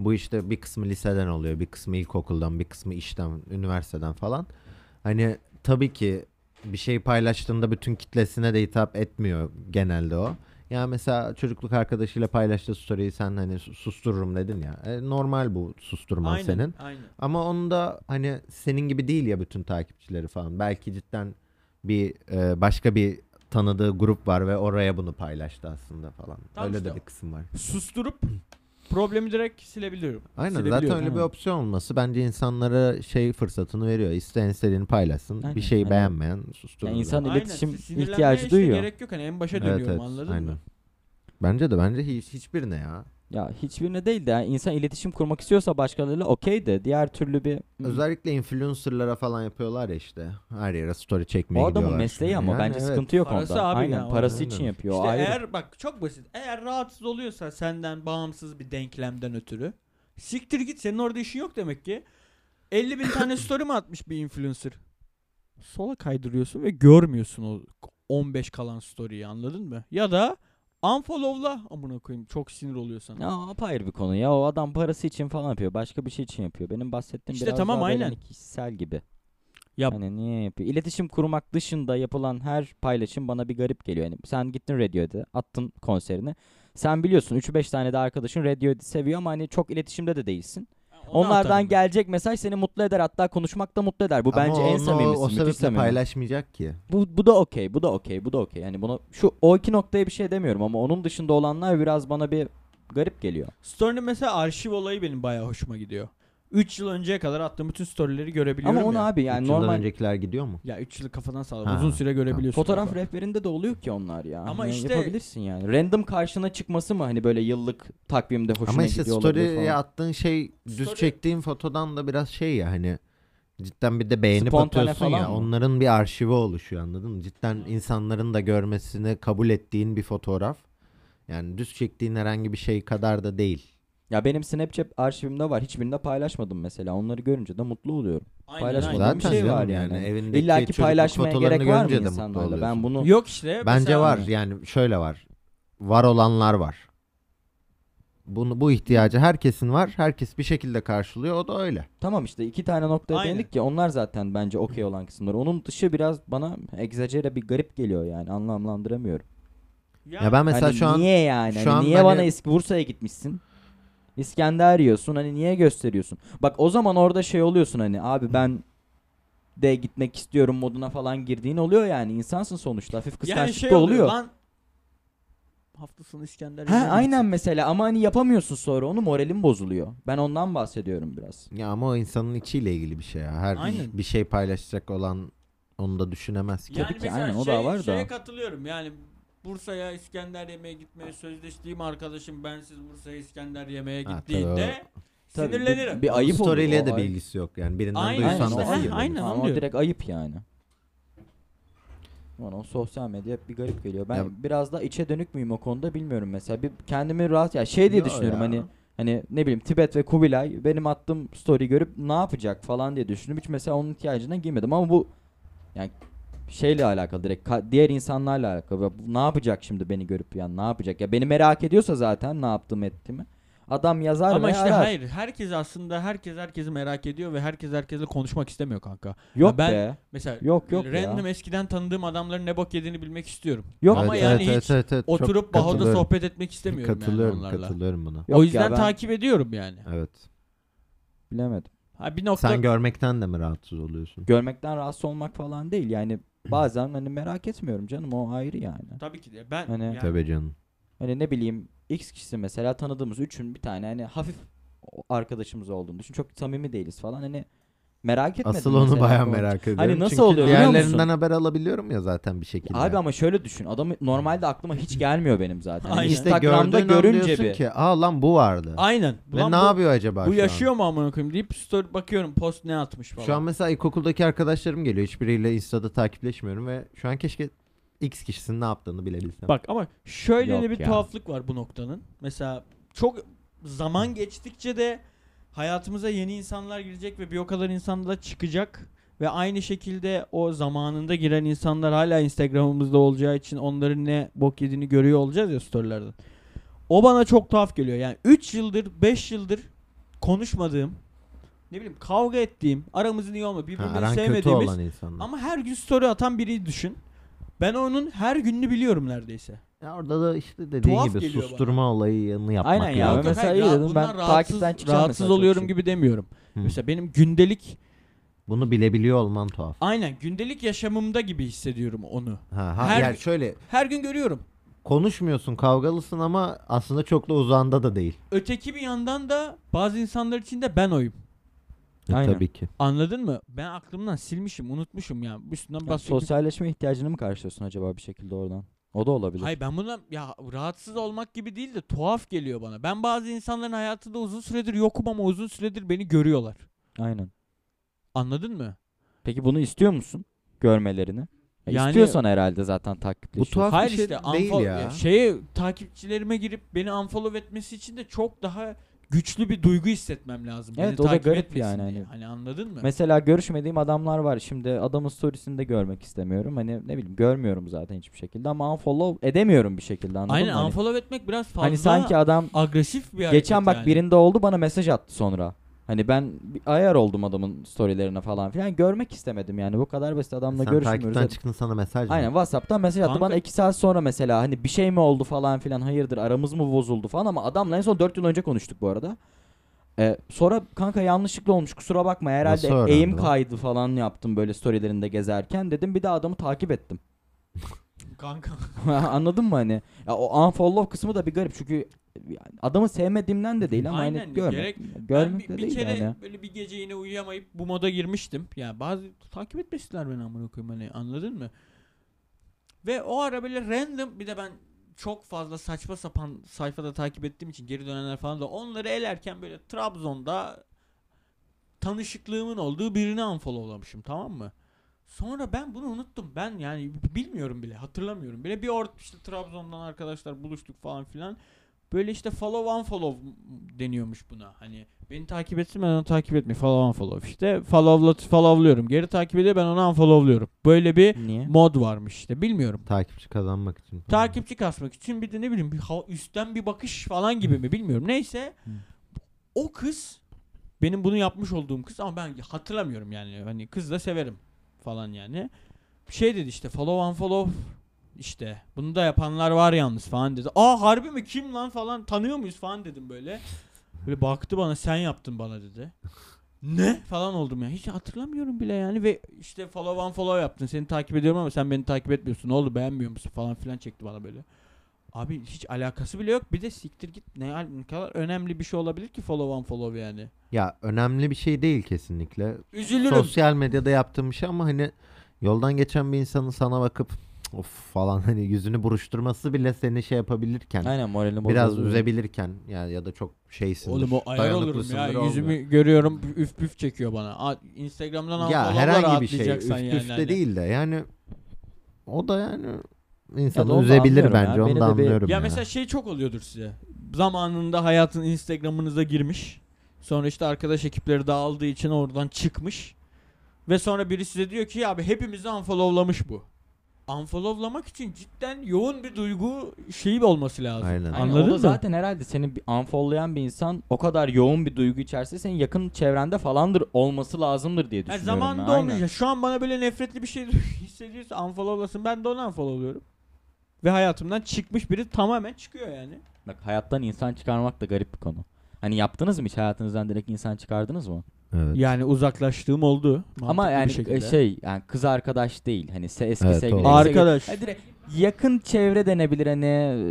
Bu işte bir kısmı liseden oluyor, bir kısmı ilkokuldan, bir kısmı işten, üniversiteden falan. Hani tabii ki bir şey paylaştığında bütün kitlesine de hitap etmiyor genelde o. Ya mesela çocukluk arkadaşıyla paylaştığı story'yi sen hani su- sustururum dedin ya. E, normal bu susturman Aynen, senin. aynen. Ama onun da hani senin gibi değil ya bütün takipçileri falan. Belki cidden bir e, başka bir tanıdığı grup var ve oraya bunu paylaştı aslında falan. Tam Öyle işte de bir kısım var. Susturup problemi direkt silebiliyorum. Aynen, zaten Silebiliyorum. öyle bir Ha. opsiyon olması bence insanlara şey fırsatını veriyor. İsteyen istediğini paylaşsın. Aynen, Bir şeyi hani- beğenmeyen susturur. Yani insan zaten. iletişim Aynen, sinirlenmeye ihtiyacı işte duyuyor. gerek yok. Hani en başa Evet, dönüyorum, evet, anladın aynen. mı? Bence de bence hiç, hiçbirine ya. Ya hiçbirine değil de yani insan iletişim kurmak istiyorsa başkalarıyla okey de diğer türlü bir hmm. Özellikle influencerlara falan yapıyorlar ya işte. Her yere story çekmeye O adamın gidiyorlar. mesleği ama Yani bence evet. sıkıntı yok Parası onda. abi Aynen ya, o- parası aynen. için yapıyor. o İşte ayrı. eğer bak çok basit. Eğer rahatsız oluyorsa senden bağımsız bir denklemden ötürü, siktir git, senin orada işin yok demek ki. elli bin tane story mi atmış bir influencer? Sola kaydırıyorsun ve görmüyorsun o on beş kalan story'yi, anladın mı? Ya da unfollow'la, amına koyayım, çok sinir oluyor sana. Ya apayrı bir konu ya, o adam parası için falan yapıyor, başka bir şey için yapıyor. Benim bahsettiğim İşte biraz tamam, daha böyle aynen. hani kişisel gibi. Ya Hani niye yapıyor? İletişim kurmak dışında yapılan her paylaşım bana bir garip geliyor. Yani sen gittin Radiohead'e, attın konserini. Sen biliyorsun üç beş tane de arkadaşın Radiohead'i seviyor ama hani çok iletişimde de değilsin. onu Onlardan atarım ben. gelecek mesaj seni mutlu eder, hatta konuşmak da mutlu eder. Bu Ama bence en onu samimisi, o müthiş sebeple samimi. paylaşmayacak ki. Bu, bu da okey, bu da okey, bu da okey. Yani bunu şu o iki noktaya bir şey demiyorum ama onun dışında olanlar biraz bana bir garip geliyor. Story'nin mesela arşiv olayı benim bayağı hoşuma gidiyor. üç yıl önceye kadar attığım bütün story'leri görebiliyorum Ama onu ya. abi yani Üç yıldan normal öncekiler gidiyor mu? Ya üç yıl kafadan sağlam. Ha, Uzun süre görebiliyorsun. fotoğraf galiba. rehberinde de oluyor ki onlar ya. Ama Yani işte- yapabilirsin yani. Random karşına çıkması mı hani böyle yıllık takvimde hoşuna Ama işte gidiyor olabilir story'ye falan. attığın şey düz Story- çektiğin fotodan da biraz şey ya hani cidden bir de beğenip Spontane atıyorsun falan ya. mı? Onların bir arşivi oluşuyor, anladın mı? Cidden insanların da görmesini kabul ettiğin bir fotoğraf. Yani düz çektiğin herhangi bir şey kadar da değil. Ya benim Snapchat arşivimde var. Hiçbirinde paylaşmadım mesela. Onları görünce de mutlu oluyorum. Aynen, Paylaşmadığım aynen. bir Zaten şey var canım yani. yani evindeki İlla ki çocukluk paylaşmaya fotolarını gerek var mı görünce de mutlu insanlarla? Ben oluyorsun. bunu Yok işte. Bence mesela- var yani şöyle var. Var olanlar var. Bunu bu ihtiyacı herkesin var. Herkes bir şekilde karşılıyor. O da öyle. tamam işte iki tane noktaya Aynen. değindik ya, onlar zaten bence okey olan kısımlar. Onun dışı biraz bana egzajere bir garip geliyor yani, anlamlandıramıyorum. Ya ben mesela Hani şu an niye yani? şu Hani an niye hani- bana eski Bursa'ya gitmişsin? İskender yiyorsun, hani niye gösteriyorsun? Bak o zaman orada şey oluyorsun, hani abi ben de gitmek istiyorum moduna falan girdiğin oluyor yani. İnsansın sonuçta, hafif yani kıskançlık şey da oluyor. Oluyor. Lan hafta sonu İskender Ha yemeğe mi aynen gitsin? mesela, ama hani yapamıyorsun, sonra onu moralin bozuluyor. Ben ondan bahsediyorum biraz. ya ama o insanın içiyle ilgili bir şey ya. Her Aynen. bir şey paylaşacak olan onu da düşünemez ki. Yani Tabii ki, mesela aynen, o şey, da var da. şeye katılıyorum yani, Bursa'ya İskender yemeğe gitmeye sözleştiğim arkadaşım bensiz Bursa'ya İskender yemeğe Ha, gittiğinde Tabii, sinirlenirim. bir- bir ayıp olur. Story'le o de ay- bilgisi yok yani. Birinden Aynen, duysan işte, da heh, sinirlenir. aynen. Tamam, onu o diyorum. direkt ayıp yani. Bana o sosyal medya hep bir garip geliyor. Ben Ya- biraz daha içe dönük müyüm o konuda bilmiyorum mesela. Bir kendimi rahat ya şey diye Yo düşünüyorum ya. hani hani ne bileyim Tibet ve Kubilay benim attığım story görüp ne yapacak falan diye düşündüm. Hiç mesela onun ihtiyacına girmedim ama bu yani şeyle alakalı, direkt ka- diğer insanlarla alakalı. Bu ne yapacak şimdi beni görüp, yani ne yapacak? Ya beni merak ediyorsa zaten ne yaptığımı ettiğimi adam yazar Ama ve işte arar. hayır, herkes aslında herkes herkesi merak ediyor ve herkes herkesle konuşmak istemiyor kanka. Yok ben- be. Mesela Yok, yok random ya. eskiden tanıdığım adamların ne bok yediğini bilmek istiyorum. Yok. Ama Evet, yani evet, hiç evet, evet, çok oturup Baho'da katılıyorum. sohbet etmek istemiyorum Katılıyorum, yani onlarla. katılıyorum buna. Yok o ya, yüzden ben takip ediyorum yani. Evet. bilemedim. Ha bir nokta Sen görmekten de mi rahatsız oluyorsun? Görmekten rahatsız olmak falan değil yani, bazen hani merak etmiyorum canım, o ayrı yani. tabii ki de ben Hani- yani, Tabii canım. Hani ne bileyim X kişisi mesela, tanıdığımız üçün bir tane hani hafif arkadaşımız olduğunu düşün. Çok samimi değiliz falan, hani merak etmedim Asıl onu mesela bayağı bu- merak ediyorum. Hani nasıl Çünkü oluyor biliyor diğerlerinden musun? haber alabiliyorum ya zaten bir şekilde. Abi ama şöyle düşün, adamı normalde aklıma hiç gelmiyor benim zaten. Hani Aynen. işte Instagram'da gördüğün an görünce diyorsun bir. ki aa lan bu vardı. aynen. Ve Ulan ne bu, yapıyor acaba bu şu yaşıyor an? mu amına koyayım deyip story bakıyorum, post ne atmış falan. Şu an mesela ilkokuldaki arkadaşlarım geliyor. Hiçbiriyle Insta'da takipleşmiyorum ve şu an keşke X kişisinin ne yaptığını bilebilsem. Bak ama şöyle de Yok bir ya. tuhaflık var bu noktanın. Mesela çok zaman geçtikçe de hayatımıza yeni insanlar girecek ve bir o kadar insan da çıkacak. Ve aynı şekilde o zamanında giren insanlar hala Instagram'ımızda olacağı için onların ne bok yediğini görüyor olacağız ya storylerden. O bana çok tuhaf geliyor. Yani üç yıldır, beş yıldır konuşmadığım, ne bileyim kavga ettiğim, aramızın iyi olmadığı, Ha, birbirini aran kötü sevmediğimiz olan insanlar. ama her gün story atan biri düşün. Ben onun her gününü biliyorum neredeyse. Ya orada da işte dediğin Tuhaf gibi geliyor susturma olayını yapmak Aynen ya. lazım. Yok, yok, Mesela hayır, iyi ra- dedim, ben bundan rahatsız, takipten çıkacağım rahatsız mesela çok oluyorum şey. gibi demiyorum. Hı. Mesela benim gündelik, Bunu bilebiliyor olman tuhaf. aynen gündelik yaşamımda gibi hissediyorum onu. Ha, ha Her- yani şöyle Her gün görüyorum. konuşmuyorsun, kavgalısın ama aslında çok da uzağında da değil. Öteki bir yandan da bazı insanlar için de ben oyum. E, Aynen. tabii ki. Anladın mı? Ben aklımdan silmişim, unutmuşum ya. Üstünden Yani basıyorum. sosyalleşme ihtiyacını mı karşılıyorsun acaba bir şekilde oradan? O da olabilir. Hayır, ben bundan ya rahatsız olmak gibi değil de tuhaf geliyor bana. Ben bazı insanların hayatında uzun süredir yokum ama uzun süredir beni görüyorlar. Aynen. Anladın mı? Peki bunu istiyor musun? Görmelerini. Ya Yani- istiyorsan herhalde zaten takipleşiyorsun. tuhaf- Hayır bir şey işte değil unfo- ya. şeye takipçilerime girip beni unfollow etmesi için de çok daha güçlü bir duygu hissetmem lazım. Evet, Beni o da takip garip etmesin yani diye. hani. Hani anladın mı? Mesela görüşmediğim adamlar var. Şimdi adamın storiesini de görmek istemiyorum. Hani ne bileyim görmüyorum zaten hiçbir şekilde ama unfollow edemiyorum bir şekilde, anladın Aynen, mı? Hani, unfollow etmek biraz fazla hani sanki adam agresif bir hareket geçen bak yani. birinde oldu, bana mesaj attı sonra. Hani ben bir ayar oldum adamın storylerine falan filan. Görmek istemedim yani, bu kadar basit, adamla Sen görüşmüyoruz. takipten hadi. çıktın, sana mesaj mı? Aynen, WhatsApp'tan mesaj attı Kanka- bana iki saat sonra mesela, hani bir şey mi oldu falan filan, hayırdır aramız mı bozuldu falan, ama adamla en son dört yıl önce konuştuk bu arada. Ee, sonra kanka yanlışlıkla olmuş, kusura bakma herhalde Nasıl öğrendi eğim lan? kaydı falan yaptım böyle storylerinde gezerken, dedim bir daha adamı takip ettim. Kanka. Anladın mı hani? Ya o unfollow kısmı da bir garip çünkü yani adamı sevmediğimden de değil ama Aynen, hani görmek, gerek- ben görmek bir, de bir değil kere yani. böyle bir gece yine uyuyamayıp bu moda girmiştim. Yani bazı takip etmesinler beni, amına koyayım, hani anladın mı? Ve o ara böyle random, bir de ben çok fazla saçma sapan sayfada takip ettiğim için geri dönenler falan da, onları elerken böyle Trabzon'da tanışıklığımın olduğu birini unfollowlamışım, tamam mı? Sonra ben bunu unuttum. Ben yani bilmiyorum bile, hatırlamıyorum bile. Bir orta işte Trabzon'dan arkadaşlar buluştuk falan filan. Böyle işte follow unfollow deniyormuş buna. Hani beni takip etsin, ben onu takip etmeyeyim. Follow unfollow işte. Follow'la follow'luyorum. Geri takip ediyor, ben onu unfollow'luyorum. Böyle bir Niye? mod varmış işte, bilmiyorum. Takipçi kazanmak için. Takipçi kasmak için, bir de ne bileyim bir ha- üstten bir bakış falan gibi mi bilmiyorum. Neyse. Hı. O kız, benim bunu yapmış olduğum kız, ama ben hatırlamıyorum yani. Hani kız da severim falan yani. Bir şey dedi işte, follow unfollow işte bunu da yapanlar var yalnız falan dedi. Aa, harbi mi, kim lan falan, tanıyor muyuz falan dedim böyle. Böyle baktı bana, sen yaptın bana dedi. Ne falan oldum ya, hiç hatırlamıyorum bile yani. Ve işte follow unfollow yaptın, seni takip ediyorum ama sen beni takip etmiyorsun, ne oldu, beğenmiyor musun falan filan çekti bana böyle. Abi hiç alakası bile yok, bir de siktir git, ne, ne kadar önemli bir şey olabilir ki follow unfollow yani. Ya önemli bir şey değil kesinlikle. Üzülürüm. Sosyal medyada yaptığım bir şey ama hani yoldan geçen bir insanın sana bakıp "Cık, of" falan hani yüzünü buruşturması bile seni şey yapabilirken, Aynen, moralim biraz bozuldu. üzebilirken ya ya da çok şeysindir. Oğlum o ayar olurum ya, dayanıklısındır, olmuyor. yüzümü görüyorum, üf püf çekiyor bana. Aa, Instagram'dan Ya unfollow'la herhangi bir şey üf rahatlayacaksan yani. püf de hani. değil de yani o da yani Ya da insanı onu da üzebilir anlıyorum bence, ya. onu Beni da de bir- anlıyorum Ya ya. mesela şey çok oluyordur size. Zamanında hayatın Instagram'ınıza girmiş. Sonra işte arkadaş ekipleri dağıldığı için oradan çıkmış. Ve sonra biri size diyor ki abi hepimizi unfollowlamış bu. Unfollowlamak için cidden yoğun bir duygu şeyi olması lazım. Aynen. Aynen, Anladın o da mı? zaten herhalde seni bir unfollowlayan bir insan o kadar yoğun bir duygu içerisinde senin yakın çevrende falandır, olması lazımdır diye Yani düşünüyorum. zamanında ben. Aynen. olmayacak. Şu an bana böyle nefretli bir şey hissediyorsa unfollowlasın. Ben de onu unfollowluyorum. Ve hayatımdan çıkmış biri tamamen çıkıyor yani. Bak, hayattan insan çıkarmak da garip bir konu. Hani yaptınız mı hiç, hayatınızdan direkt insan çıkardınız mı? Evet. Yani uzaklaştığım oldu. Ama mantıklı bir yani şekilde. şey, yani kız arkadaş değil. Hani se- eski Evet, sevgili. oldu. eski Arkadaş. sevgili- Ha, direkt yakın çevre denebilir hani.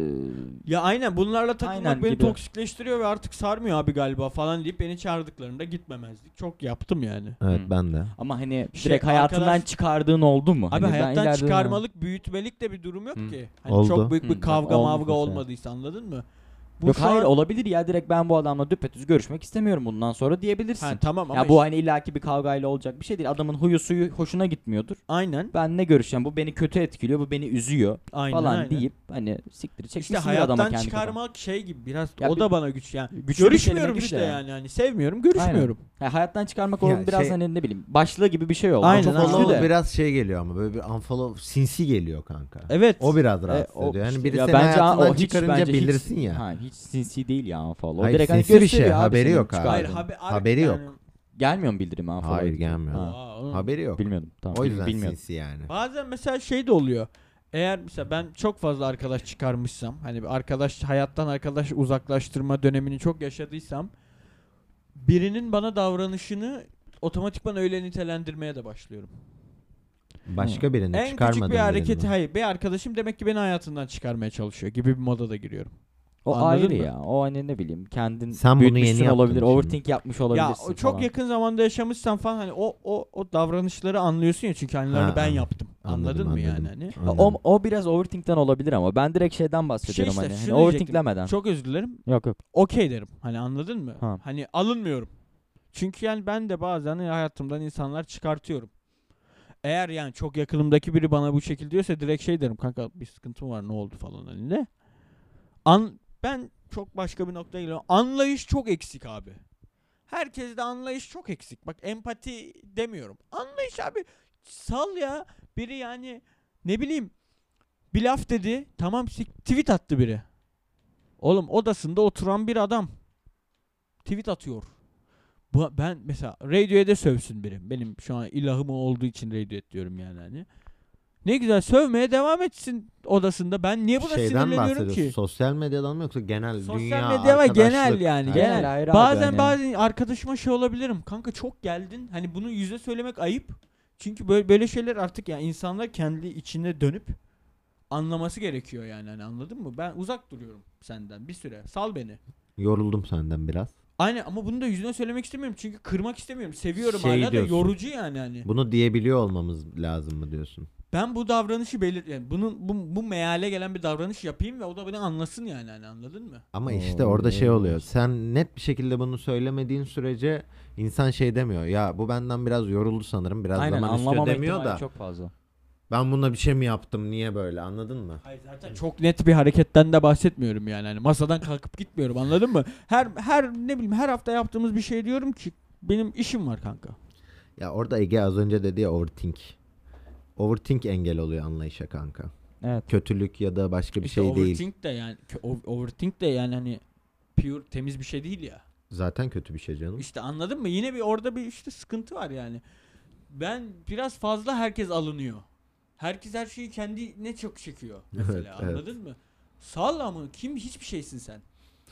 e, Ya aynen, bunlarla takılmak Aynen beni gibi. toksikleştiriyor ve artık sarmıyor abi galiba falan deyip beni çağırdıklarında gitmemezlik. Çok yaptım yani. Evet Hı. ben de. Ama hani Şey, direkt hayatından arkadaş- çıkardığın oldu mu? Abi Hani ben hayattan ileride- çıkarmalık, büyütmelik de bir durum yok Hı. ki. Hani Oldu. çok büyük bir Hı, kavga olmuş mavga mesela. olmadıysa, anladın mı? Bu Yok şu hayır, an- olabilir ya, direkt ben bu adamla düpedüz görüşmek istemiyorum bundan sonra diyebilirsin. Ha, tamam ama Ya bu işte- hani illaki bir kavgayla olacak bir şey değil. Adamın huyu suyu hoşuna gitmiyordur. aynen. Ben ne görüşeceğim? Bu beni kötü etkiliyor, bu beni üzüyor Aynen falan aynen. deyip hani siktir İşte çekmişsin adama hayattan kendi çıkarmak şey gibi biraz, Ya o bir- da bana güç yani. Güçlü bir kelime Görüşmüyorum gibi işte de. yani. Hani sevmiyorum, görüşmüyorum. Ya hayattan çıkarmak Ya onun biraz şey- hani ne bileyim başlığı gibi bir şey oldu. Aynen, Çok aynen. güçlü Unfollow de. biraz şey geliyor ama böyle bir unfollow sinsi geliyor kanka. Evet. O biraz rahatsız E, o ediyor. Yani işte- biri ya seni bence hayatından o hiç- çıkarınca bence hiç- bilirsin ya. Ha, hiç sinsi değil ya unfollow. O Hayır, direkt hani sinsi bir gösteriyor şey, abi haberi senin yok abi. çıkardığın. Hayır haber, Haberi yok. Gelmiyor mu bildirim unfollow? Hayır, edince? gelmiyor. Ha, Aa, oğlum. Haberi yok. bilmiyordum. Tamam. O bil- yüzden bilmiyordum. sinsi yani. Bazen mesela şey de oluyor. Eğer mesela ben çok fazla arkadaş çıkarmışsam, hani bir arkadaş hayattan arkadaş uzaklaştırma dönemini çok yaşadıysam, birinin bana davranışını otomatikman öyle nitelendirmeye de başlıyorum. Başka birini En çıkarmadın küçük bir hareketi, birini. hayır, bir arkadaşım demek ki beni hayatından çıkarmaya çalışıyor gibi bir moda da giriyorum. O Anladın ayrı mı? ya. O hani ne bileyim kendin Sen bunu büyütmüşsün yeni yaptın olabilir. şimdi. Overthink yapmış Ya olabilirsin o çok falan. yakın zamanda yaşamışsan falan hani o o o davranışları anlıyorsun ya, çünkü hani Ha, ben anladım. yaptım. Anladım, Anladın mı anladım. yani hani? Ya O, o biraz overthink'ten olabilir ama ben direkt şeyden bahsediyorum işte, hani. hani şunu overthinklemeden. Çok özür dilerim. Yok yok. Okey derim. Hani anladın mı? Ha. Hani alınmıyorum. Çünkü yani ben de bazen hayatımdan insanlar çıkartıyorum. Eğer yani çok yakınımdaki biri bana bu şekilde diyorsa direkt şey derim, kanka bir sıkıntı var, ne oldu falan hani de. An ben çok başka bir noktaya geliyorum. Anlayış çok eksik abi. Herkeste anlayış çok eksik. Bak empati demiyorum. Anlayış abi. Sal ya. Biri yani ne bileyim bir laf dedi. Tamam sik- tweet attı biri. Oğlum odasında oturan bir adam. Tweet atıyor. Bu, ben mesela Radiohead'e sövsün biri. Benim şu an ilahım o olduğu için Radiohead diyorum yani hani. Ne güzel sövmeye devam etsin odasında. Ben niye buna Şeyden sinirleniyorum bahsediyorsun. ki? Sosyal medyadan mı yoksa genel Sosyal dünya, medya ve genel arkadaşlık? yani. Ha. Genel. Genel ayrı abi Bazen hani. bazen arkadaşıma şey olabilirim. Kanka çok geldin. Hani bunu yüze söylemek ayıp. Çünkü böyle böyle şeyler artık yani insanlar kendi içine dönüp anlaması gerekiyor yani. Hani anladın mı? Ben uzak duruyorum senden bir süre. Sal beni. Yoruldum senden biraz. Aynen, ama bunu da yüzüne söylemek istemiyorum. Çünkü kırmak istemiyorum. Seviyorum Şey hala da diyorsun. yorucu yani hani. Bunu diyebiliyor olmamız lazım mı diyorsun? Ben bu davranışı belir yani bunun bu, bu meale gelen bir davranış yapayım ve o da beni anlasın yani hani, anladın mı? Ama Oo, işte orada şey oluyor. evet. Sen net bir şekilde bunu söylemediğin sürece insan şey demiyor. Ya bu benden biraz yoruldu sanırım. Biraz Aynen zaman istiyor anlamama demiyor ihtimali da. çok fazla. Ben buna bir şey mi yaptım? Niye böyle? Anladın mı? Hayır zaten çok net bir hareketten de bahsetmiyorum yani. Hani masadan kalkıp gitmiyorum, anladın mı? Her her ne bileyim her hafta yaptığımız bir şey diyorum ki benim işim var kanka. Ya orada Ege az önce dedi ya overthink. Overthink engel oluyor anlayışa kanka. Evet. Kötülük ya da başka bir İşte şey değil. overthink de yani kö- o- overthink de yani hani pure temiz bir şey değil ya. Zaten kötü bir şey canım. İşte anladın mı? Yine bir orada bir işte sıkıntı var yani. Ben biraz fazla herkes alınıyor. Herkes her şeyi kendine çok çekiyor mesela, Evet, evet. anladın mı? Salla mı? Kim hiçbir şeysin sen.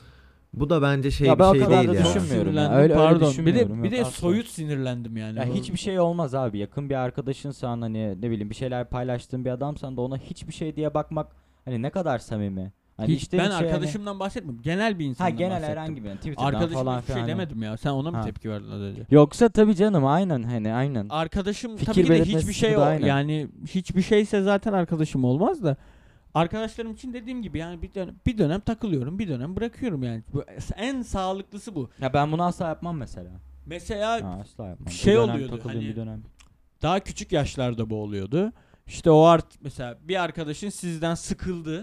Bu da bence şey Ya bir ben o şey kadar değil da ya. düşünmüyorum. Düşünmüyorum ya. Sinirlendim, Öyle- öyle pardon. Bir düşünmüyorum, de bir yok, de asla. soyut sinirlendim yani. Ya O- hiçbir şey olmaz abi. Yakın bir arkadaşınsan hani ne bileyim bir şeyler paylaştığın bir adamsan da ona hiçbir şey diye bakmak hani ne kadar samimi. Hani Hiç, işte ben şey hani- arkadaşımdan bahsetmiyorum. Genel bir ha insandan genel bahsettim. herhangi bir yani Twitter'dan Arkadaşım falan hiçbir şey filan. hani. demedim ya. Sen ona mı Ha. tepki verdin az önce? Yoksa tabii canım aynen hani aynen. Arkadaşım Fikir tabii ki de belirtmesi hiçbir şey bu da o- aynen. yani hiçbir şeyse zaten arkadaşım olmaz da arkadaşlarım için dediğim gibi yani bir dönem, bir dönem takılıyorum, bir dönem bırakıyorum yani. Bu, en sağlıklısı bu. Ya ben bunu asla yapmam mesela. Mesela Ha, asla yapmam. Bir şey dönem oluyordu, takıldığım hani- bir dönem. daha küçük yaşlarda bu oluyordu. İşte o art mesela bir arkadaşın sizden sıkıldı.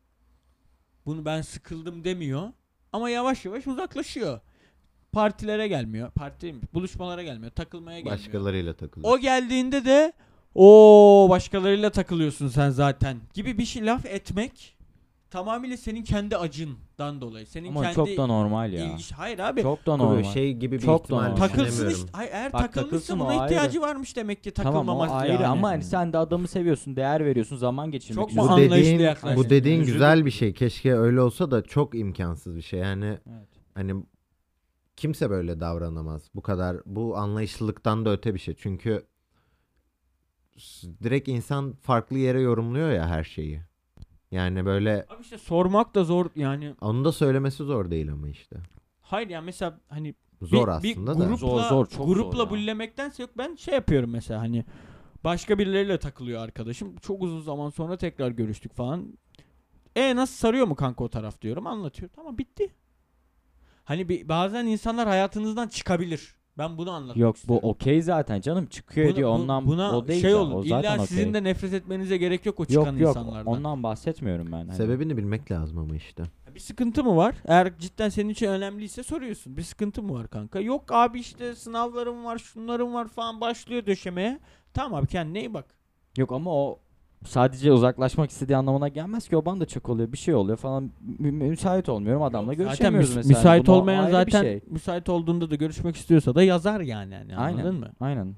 Bunu ben sıkıldım demiyor. Ama yavaş yavaş uzaklaşıyor. Partilere gelmiyor. Parti mi? Buluşmalara gelmiyor. Takılmaya gelmiyor. Başkalarıyla takılıyor. O geldiğinde de o başkalarıyla takılıyorsun sen zaten gibi bir şey laf etmek tamamıyla senin kendi acından dolayı. Senin Ama kendi çok da normal ya. ilgiş. Hayır abi. Çok da Böyle normal. şey gibi bir Çok da ihtimal normal. Takılsın düşünemiyorum. işte. Hayır, eğer Bak, takılmışsa takılsın, o buna ihtiyacı ayrı. varmış demek ki Tamam o takılmaması ayrı yani. ama hani sen de adamı seviyorsun, değer veriyorsun, zaman geçirmek Çok mu istiyorsun. Bu anlayışlı dediğin, yaklaştın bu dediğin yani. güzel bir şey. Keşke öyle olsa da çok imkansız bir şey. Yani Evet. hani kimse böyle davranamaz. Bu kadar bu anlayışlılıktan da öte bir şey. Çünkü s- direkt insan farklı yere yorumluyor ya her şeyi. Yani böyle Abi işte sormak da zor yani. onu da söylemesi zor değil ama işte. Hayır yani mesela hani Zor bir, bir aslında da. grupla, Zor, zor, çok grupla zor ya. bullemektense yok, ben şey yapıyorum mesela hani başka birileriyle takılıyor arkadaşım. Çok uzun zaman sonra tekrar görüştük falan. E nasıl, sarıyor mu kanka o taraf diyorum, anlatıyor. Tamam, bitti. Hani bir, bazen insanlar hayatınızdan çıkabilir. Ben bunu anlatmak Yok bu istiyorum. okey zaten canım çıkıyor Buna- ediyor bu- ondan buna o değil şey ya, olun. o İlla zaten sizin okey. de nefret etmenize gerek yok o çıkan Yok yok insanlardan. ondan bahsetmiyorum ben. Hani. Sebebini bilmek lazım ama işte. Bir sıkıntı mı var? Eğer cidden senin için önemliyse soruyorsun. Bir sıkıntı mı var kanka? Yok abi işte sınavlarım var, şunlarım var falan, başlıyor döşemeye. Tamam abi, kendine iyi bak. Yok ama o sadece uzaklaşmak istediği anlamına gelmez ki, o bana da çok oluyor, bir şey oluyor falan, mü- müsait olmuyorum, adamla Zaten görüşemiyoruz müs- mesela. müsait Bu da olmayan ayrı bir zaten şey. müsait olduğunda da görüşmek istiyorsa da yazar yani, yani anladın Aynen. mı? Aynen.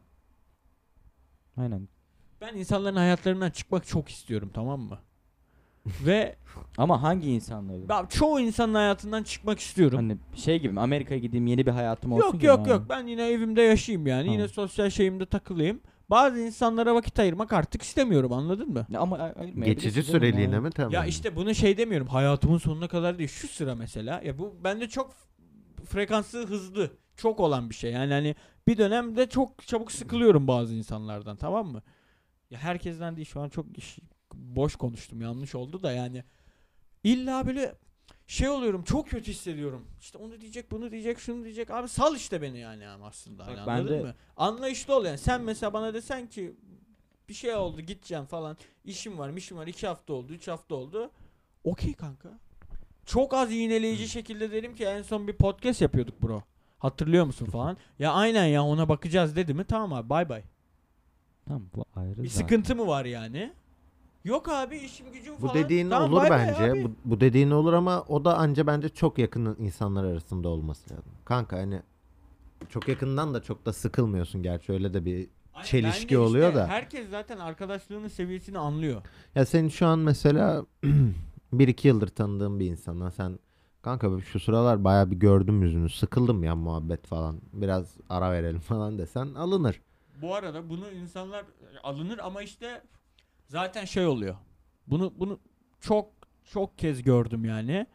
Aynen. Ben insanların hayatlarından çıkmak çok istiyorum, tamam mı? Ve Ama hangi insanları? ben çoğu insanın hayatından çıkmak istiyorum. Hani şey gibi mi? Amerika'ya gideyim, yeni bir hayatım olsun Yok gibi yok mi? yok, ben yine evimde yaşayayım yani. Yine Tamam. sosyal şeyimde takılayım. Bazı insanlara vakit ayırmak artık istemiyorum, anladın mı? Ya ama ay- ayırmayabilirsin Geçici canım süreliğine ya. mi? Tamam. Ya işte bunu şey demiyorum, hayatımın sonuna kadar değil, şu sıra mesela. Ya bu bende çok f- frekansı hızlı çok olan bir şey. Yani hani bir dönemde çok çabuk sıkılıyorum bazı insanlardan, tamam mı? Ya herkesten değil, şu an çok iş- boş konuştum, yanlış oldu da yani. İlla böyle şey oluyorum, çok kötü hissediyorum. İşte onu diyecek, bunu diyecek, şunu diyecek. Abi sal işte beni yani ama aslında. Hani Bak anladın ben de- mı? Anlayışlı ol yani. Sen mesela bana desen ki bir şey oldu, gideceğim falan. İşim var, işim var. iki hafta oldu, üç hafta oldu. Okey kanka. Çok az iğneleyici şekilde derim ki en son bir podcast yapıyorduk bro. Hatırlıyor musun falan. Ya aynen ya, ona bakacağız dedi mi? Tamam abi, bay bay. Tamam, bu ayrı Bir zaten. sıkıntı mı var yani? Yok abi, işim gücüm Bu falan. dediğin Tamam, olur bay bay bence. abi. Bu, bu dediğin olur ama o da anca bence çok yakın insanlar arasında olması lazım. Kanka hani çok yakından da çok da sıkılmıyorsun gerçi, öyle de bir Aynen, çelişki ben de oluyor işte da. herkes zaten arkadaşlığının seviyesini anlıyor. Ya senin şu an mesela bir iki yıldır tanıdığın bir insana sen kanka şu sıralar bayağı bir gördüm yüzünü, sıkıldım ya muhabbet falan, biraz ara verelim falan desen alınır. Bu arada bunu insanlar alınır ama işte zaten şey oluyor. Bunu bunu çok çok kez gördüm yani.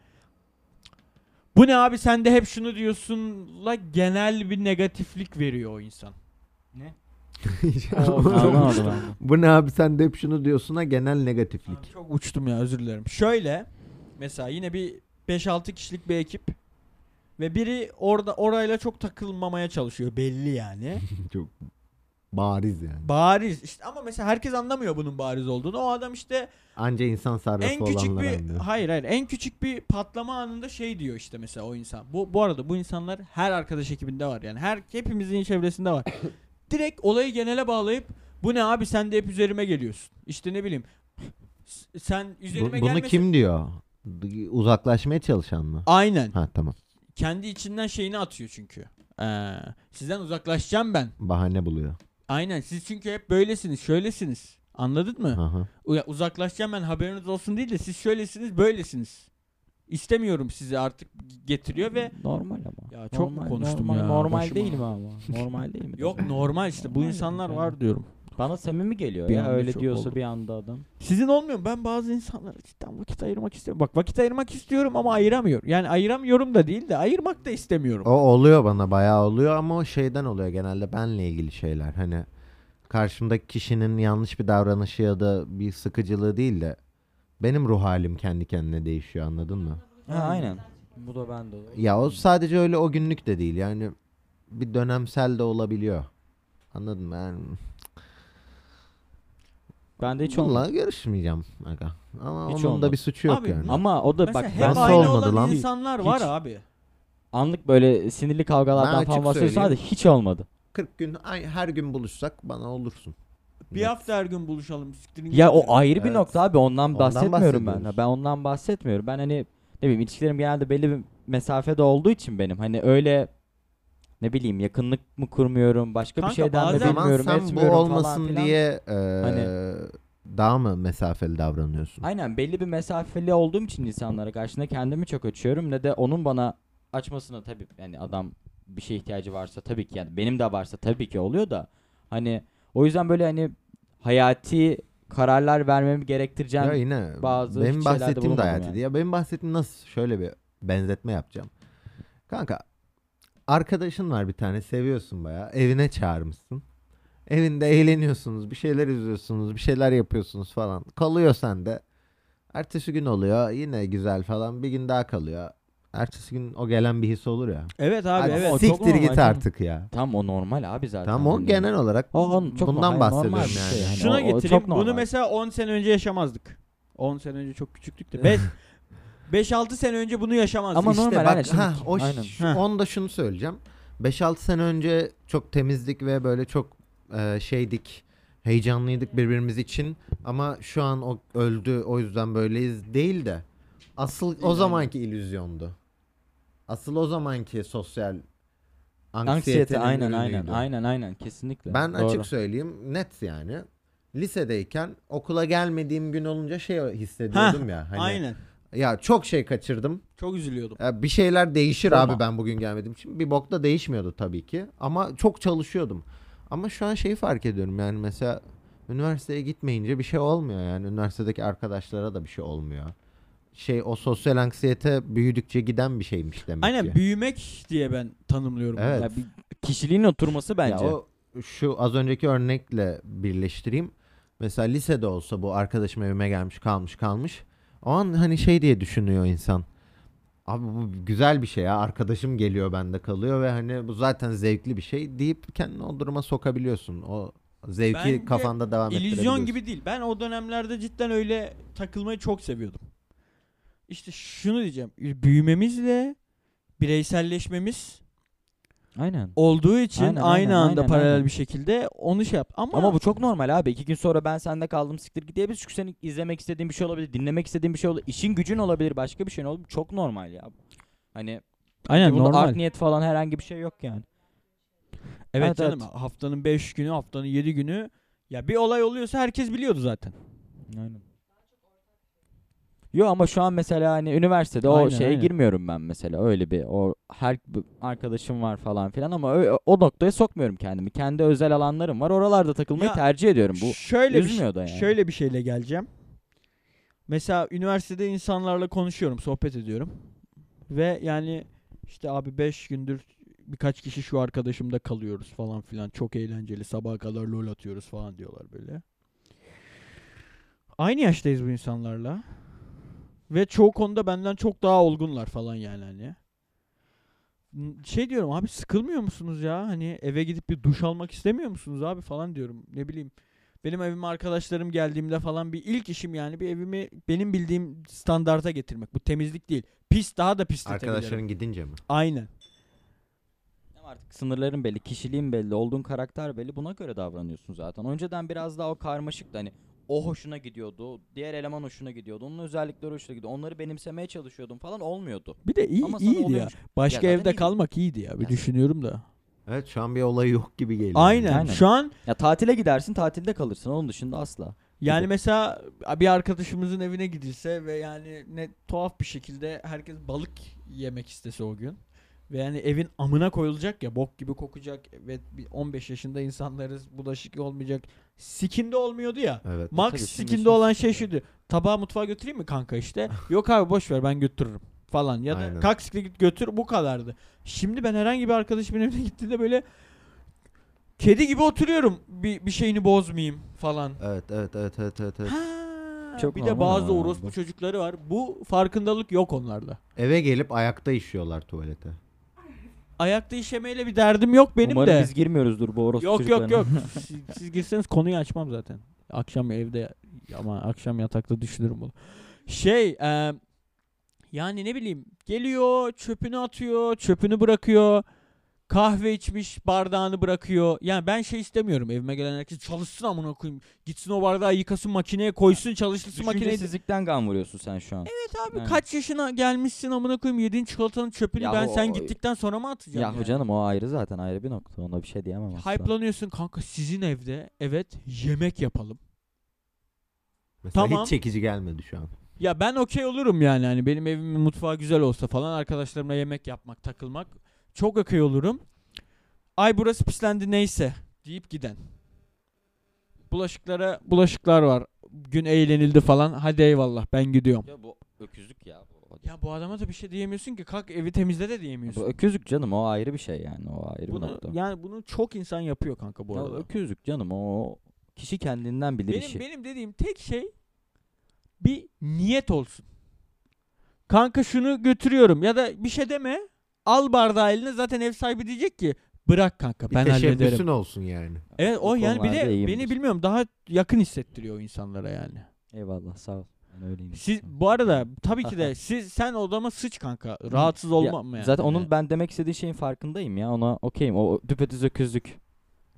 Bu ne abi, sen de hep şunu diyorsunla genel bir negatiflik veriyor o insan. Ne? O- Anlamadım ben de. Bu ne abi sen de hep şunu diyorsun ha, genel negatiflik. Abi çok uçtum ya, özür dilerim. Şöyle mesela yine bir beş altı kişilik bir ekip ve biri orada orayla çok takılmamaya çalışıyor belli yani. Çok bariz yani. Bariz işte, ama mesela herkes anlamıyor bunun bariz olduğunu. O adam işte Anca insan sarrafı en küçük olanlar bir anlıyor. hayır hayır en küçük bir patlama anında şey diyor işte mesela o insan. Bu bu arada bu insanlar her arkadaş ekibinde var. Yani her hepimizin çevresinde var. Direkt olayı genele bağlayıp bu ne abi, sen de hep üzerime geliyorsun. İşte ne bileyim, s- sen Bu- üzerime bunu gelmesin. kim diyor? D- Uzaklaşmaya çalışan mı? Aynen. Ha tamam. Kendi içinden şeyini atıyor çünkü. Ee, sizden uzaklaşacağım ben. Bahane buluyor. Aynen, siz çünkü hep böylesiniz, şöylesiniz. Anladın mı? Aha. Uya- uzaklaşacağım ben, haberiniz olsun değil de siz şöylesiniz, böylesiniz. İstemiyorum sizi artık getiriyor ve Normal ama. ya çok mu Normal- konuştum normal, ya? Normal Başıma. değil mi ama? Normal değil mi? Yok normal işte, bu Normal insanlar yani. var diyorum. Bana samimi geliyor Bir ya, anda öyle şok diyorsa oldum. bir anda adam. Sizin olmuyor mu? Ben bazı insanlara cidden vakit ayırmak istiyorum. Bak, vakit ayırmak istiyorum ama ayıramıyorum. Yani ayıramıyorum da değil de ayırmak da istemiyorum. O oluyor, bana bayağı oluyor ama o şeyden oluyor genelde, benle ilgili şeyler. Hani karşımdaki kişinin yanlış bir davranışı ya da bir sıkıcılığı değil de benim ruh halim kendi kendine değişiyor, anladın mı? Ha, aynen. Bu da bende oluyor. Ya o sadece öyle o günlük de değil yani, bir dönemsel de olabiliyor. Anladın mı? Yani Ben de hiç bununla olmadı. görüşmeyeceğim aga. Ama Hiç onun da olmadı. bir suçu yok Abi, yani. Ama o da Mesela bak hep ben Nasıl aynı olmadı olan lan? insanlar var Hiç. abi. anlık böyle sinirli Ben kavgalardan açık falan bahsediyorsun söyleyeyim. hadi, hiç olmadı. kırk gün ay, her gün buluşsak bana olursun. Bir Net. hafta her gün buluşalım. siktirin Ya gidin. o ayrı bir Evet. nokta abi, ondan Ondan bahsetmiyorum ben. bahsediyoruz. Ben ondan bahsetmiyorum. Ben hani ne bileyim, ilişkilerim genelde belli bir mesafede olduğu için benim hani öyle ne bileyim yakınlık mı kurmuyorum, başka Kanka bir şeyden bazen- de O zaman bilmiyorum sen bu etmiyorum falan olmasın filan. diye e, Hani- daha mı mesafeli davranıyorsun? Aynen, belli bir mesafeli olduğum için insanlara karşısında kendimi çok açıyorum, ne de onun bana açmasına tabii, yani adam bir şeye ihtiyacı varsa tabii ki, yani benim de varsa tabii ki oluyor da hani o yüzden böyle hani hayati kararlar vermemi gerektireceğim. Ya yine bazı benim şeylerde bahsettiğim de bulunmadım hayati yani. değil. Ya benim bahsettiğim nasıl, şöyle bir benzetme yapacağım. Kanka arkadaşın var bir tane, seviyorsun bayağı, evine çağırmışsın. Evinde eğleniyorsunuz, bir şeyler izliyorsunuz, bir şeyler yapıyorsunuz falan. Kalıyor sende. Ertesi gün oluyor yine güzel falan, bir gün daha kalıyor. Ertesi gün o gelen bir his olur ya. Evet abi, Hadi evet. o çok siktir git git artık ya. Tam o normal abi zaten. Tamam, o Hani- genel olarak O- o çok bundan normal- bahsediyorum normal bir yani. şey. Hani Şuna o- o getireyim. çok normal. Bunu mesela on sene önce yaşamazdık. on sene önce çok küçüktük de. beş altı sene önce bunu yaşamazdık. Ama İşte normal, bak, aynen, şimdi- ha, o ş- aynen. şu- Heh. onda şunu söyleyeceğim. beş altı sene önce çok temizdik ve böyle çok e, şeydik. heyecanlıydık birbirimiz için ama şu an o öldü o yüzden böyleyiz değil de asıl o Değil, zamanki illüzyondu. Asıl o zamanki sosyal Anksiyete anksiyetenin aynen aynen ürünüydü. aynen aynen kesinlikle. Ben Doğru. açık söyleyeyim net yani. Lisedeyken okula gelmediğim gün olunca şey hissediyordum ya. Hani, Aynen. Ya çok şey kaçırdım. Çok üzülüyordum. Ya bir şeyler değişir Sorma. abi ben bugün gelmediğim için. Bir bok da değişmiyordu tabii ki. Ama çok çalışıyordum. Ama şu an şeyi fark ediyorum yani mesela üniversiteye gitmeyince bir şey olmuyor yani. Üniversitedeki arkadaşlara da bir şey olmuyor. Şey o sosyal anksiyete büyüdükçe giden bir şeymiş demek Aynen ki. büyümek diye ben tanımlıyorum. bunu. Evet. Ya bir kişiliğin oturması bence. Ya o şu az önceki örnekle birleştireyim. Mesela lisede olsa bu arkadaşım evime gelmiş kalmış kalmış. O an hani şey diye düşünüyor insan. Abi bu güzel bir şey ya. Arkadaşım geliyor bende kalıyor ve hani bu zaten zevkli bir şey deyip kendini o duruma sokabiliyorsun. O zevki Bence kafanda devam ettirebiliyorsun. İllüzyon gibi değil. Ben o dönemlerde cidden öyle takılmayı çok seviyordum. İşte şunu diyeceğim. Büyümemizle bireyselleşmemiz Aynen. olduğu için Aynen, aynı aynen, anda aynen, paralel aynen. bir şekilde onu şey yap. Ama, Ama bu çok normal abi. İki gün sonra ben sende kaldım siktir git diyebiliriz. Çünkü senin izlemek istediğin bir şey olabilir. Dinlemek istediğin bir şey olabilir. İşin gücün olabilir. Başka bir şey olabilir. Çok normal ya. Hani aynen bunda normal. art niyet falan herhangi bir şey yok yani. Evet, Evet, canım evet. haftanın beş günü, haftanın yedi günü ya bir olay oluyorsa herkes biliyordu zaten. Aynen. Yo ama şu an mesela hani üniversitede o Aynen, şeye aynen. girmiyorum ben mesela. Öyle bir o her bir arkadaşım var falan filan ama ö- o noktaya sokmuyorum kendimi. Kendi özel alanlarım var. Oralarda takılmayı Ya, tercih ediyorum. Bu şöyle bir üzmüyor şey- da yani. şöyle bir şeyle geleceğim. Mesela üniversitede insanlarla konuşuyorum, sohbet ediyorum. Ve yani işte abi beş gündür birkaç kişi şu arkadaşımda kalıyoruz falan filan. Çok eğlenceli. Sabaha kadar lol atıyoruz falan diyorlar böyle. Aynı yaştayız bu insanlarla. Ve çoğu konuda benden çok daha olgunlar falan yani hani. N- Şey diyorum abi sıkılmıyor musunuz ya? Hani eve gidip bir duş almak istemiyor musunuz abi falan diyorum. Ne bileyim. Benim evime arkadaşlarım geldiğimde falan bir ilk işim yani bir evimi benim bildiğim standarta getirmek. Bu temizlik değil. Pis daha da pisletebilirim. Arkadaşların gidince mi? Aynen. Ama artık sınırların belli, kişiliğin belli, olduğun karakter belli. Buna göre davranıyorsun zaten. Önceden biraz daha o karmaşıktı. Hani o hoşuna gidiyordu, diğer eleman hoşuna gidiyordu, onun özellikleri hoşuna gidiyordu. Onları benimsemeye çalışıyordum falan olmuyordu. Bir de iyi, Ama sana iyiydi ya. oluyormuş. Başka Ya zaten evde iyiydi. kalmak iyiydi ya. Bir Ya- düşünüyorum da. Evet şu an bir olayı yok gibi geliyor. Aynen. Aynen. Şu an Ya tatile gidersin, tatilde kalırsın. Onun dışında asla. yani Gibi. mesela bir arkadaşımızın evine gidilse ve yani ne tuhaf bir şekilde herkes balık yemek istese o gün. Ve yani evin amına koyulacak ya bok gibi kokacak ve bir on beş yaşında insanlarız bulaşık olmayacak. Sikinde olmuyordu ya. Evet. Max tabii, şimdi sikinde şimdi olan şey sikinde. şuydu. Tabağı mutfağa götüreyim mi kanka işte? Yok abi boş ver ben götürürüm falan ya da Aynen. kalk siktir git götür bu kadardı. Şimdi ben herhangi bir arkadaşımın evine gittiğinde böyle kedi gibi oturuyorum bir, bir şeyini bozmayayım falan. Evet evet evet evet evet. evet. Ha, Çok bir de normal bazı ama ya orospu bu. çocukları var. Bu farkındalık yok onlarda. Eve gelip ayakta işiyorlar tuvalete. Ayakta işemeyle bir derdim yok benim Umarım de. biz girmiyoruzdur bu orospu Yok yok çocuklarına. yok. siz, siz girseniz konuyu açmam zaten. Akşam evde ama akşam yatakta düşünürüm bunu. Şey e, yani ne bileyim geliyor çöpünü atıyor çöpünü bırakıyor. Kahve içmiş bardağını bırakıyor. Yani ben şey istemiyorum evime gelen herkes çalışsın amına koyayım. Gitsin o bardağı yıkasın makineye koysun çalıştırsın makineyi. Düşüncesizlikten gan vuruyorsun sen şu an. Evet abi Yani. kaç yaşına gelmişsin amına koyayım yediğin çikolatanın çöpünü Ya ben o- sen o- gittikten sonra mı atacağım Ya yani? hocanım o ayrı zaten ayrı bir nokta. Ona bir şey diyemem asla. Hype'lanıyorsun kanka sizin evde evet yemek yapalım. Mesela Tamam. hiç çekici gelmedi şu an. Ya ben okey olurum yani hani benim evimin mutfağı güzel olsa falan arkadaşlarımla yemek yapmak takılmak çok okey olurum. Ay burası pislendi neyse deyip giden. Bulaşıklara bulaşıklar var. Gün eğlenildi falan. Hadi eyvallah ben gidiyorum. Ya bu öküzlük ya. Bu, Ya bu adama da bir şey diyemiyorsun ki. Kalk evi temizle de bu diyemiyorsun. öküzlük canım o ayrı bir şey yani. O ayrı bir Bunu, nokta. yani bunu çok insan yapıyor kanka bu Ya arada. öküzlük canım o kişi kendinden bilir Benim işi. benim dediğim tek şey bir niyet olsun. Kanka şunu götürüyorum ya da bir şey deme. Al bardağı eline zaten ev sahibi diyecek ki bırak kanka Bir ben teşebbüsün hallederim. olsun yani. Evet Bu o yani bir konularda de iyiyimdir. beni bilmiyorum daha yakın hissettiriyor o insanlara yani. Eyvallah sağ ol. Ben öyleyim. Siz bu arada tabii ki de siz sen odama sıç kanka. Rahatsız olmam yani. Zaten onun ben demek istediği şeyin farkındayım ya. Ona okeyim. O düpedüz öküzlük.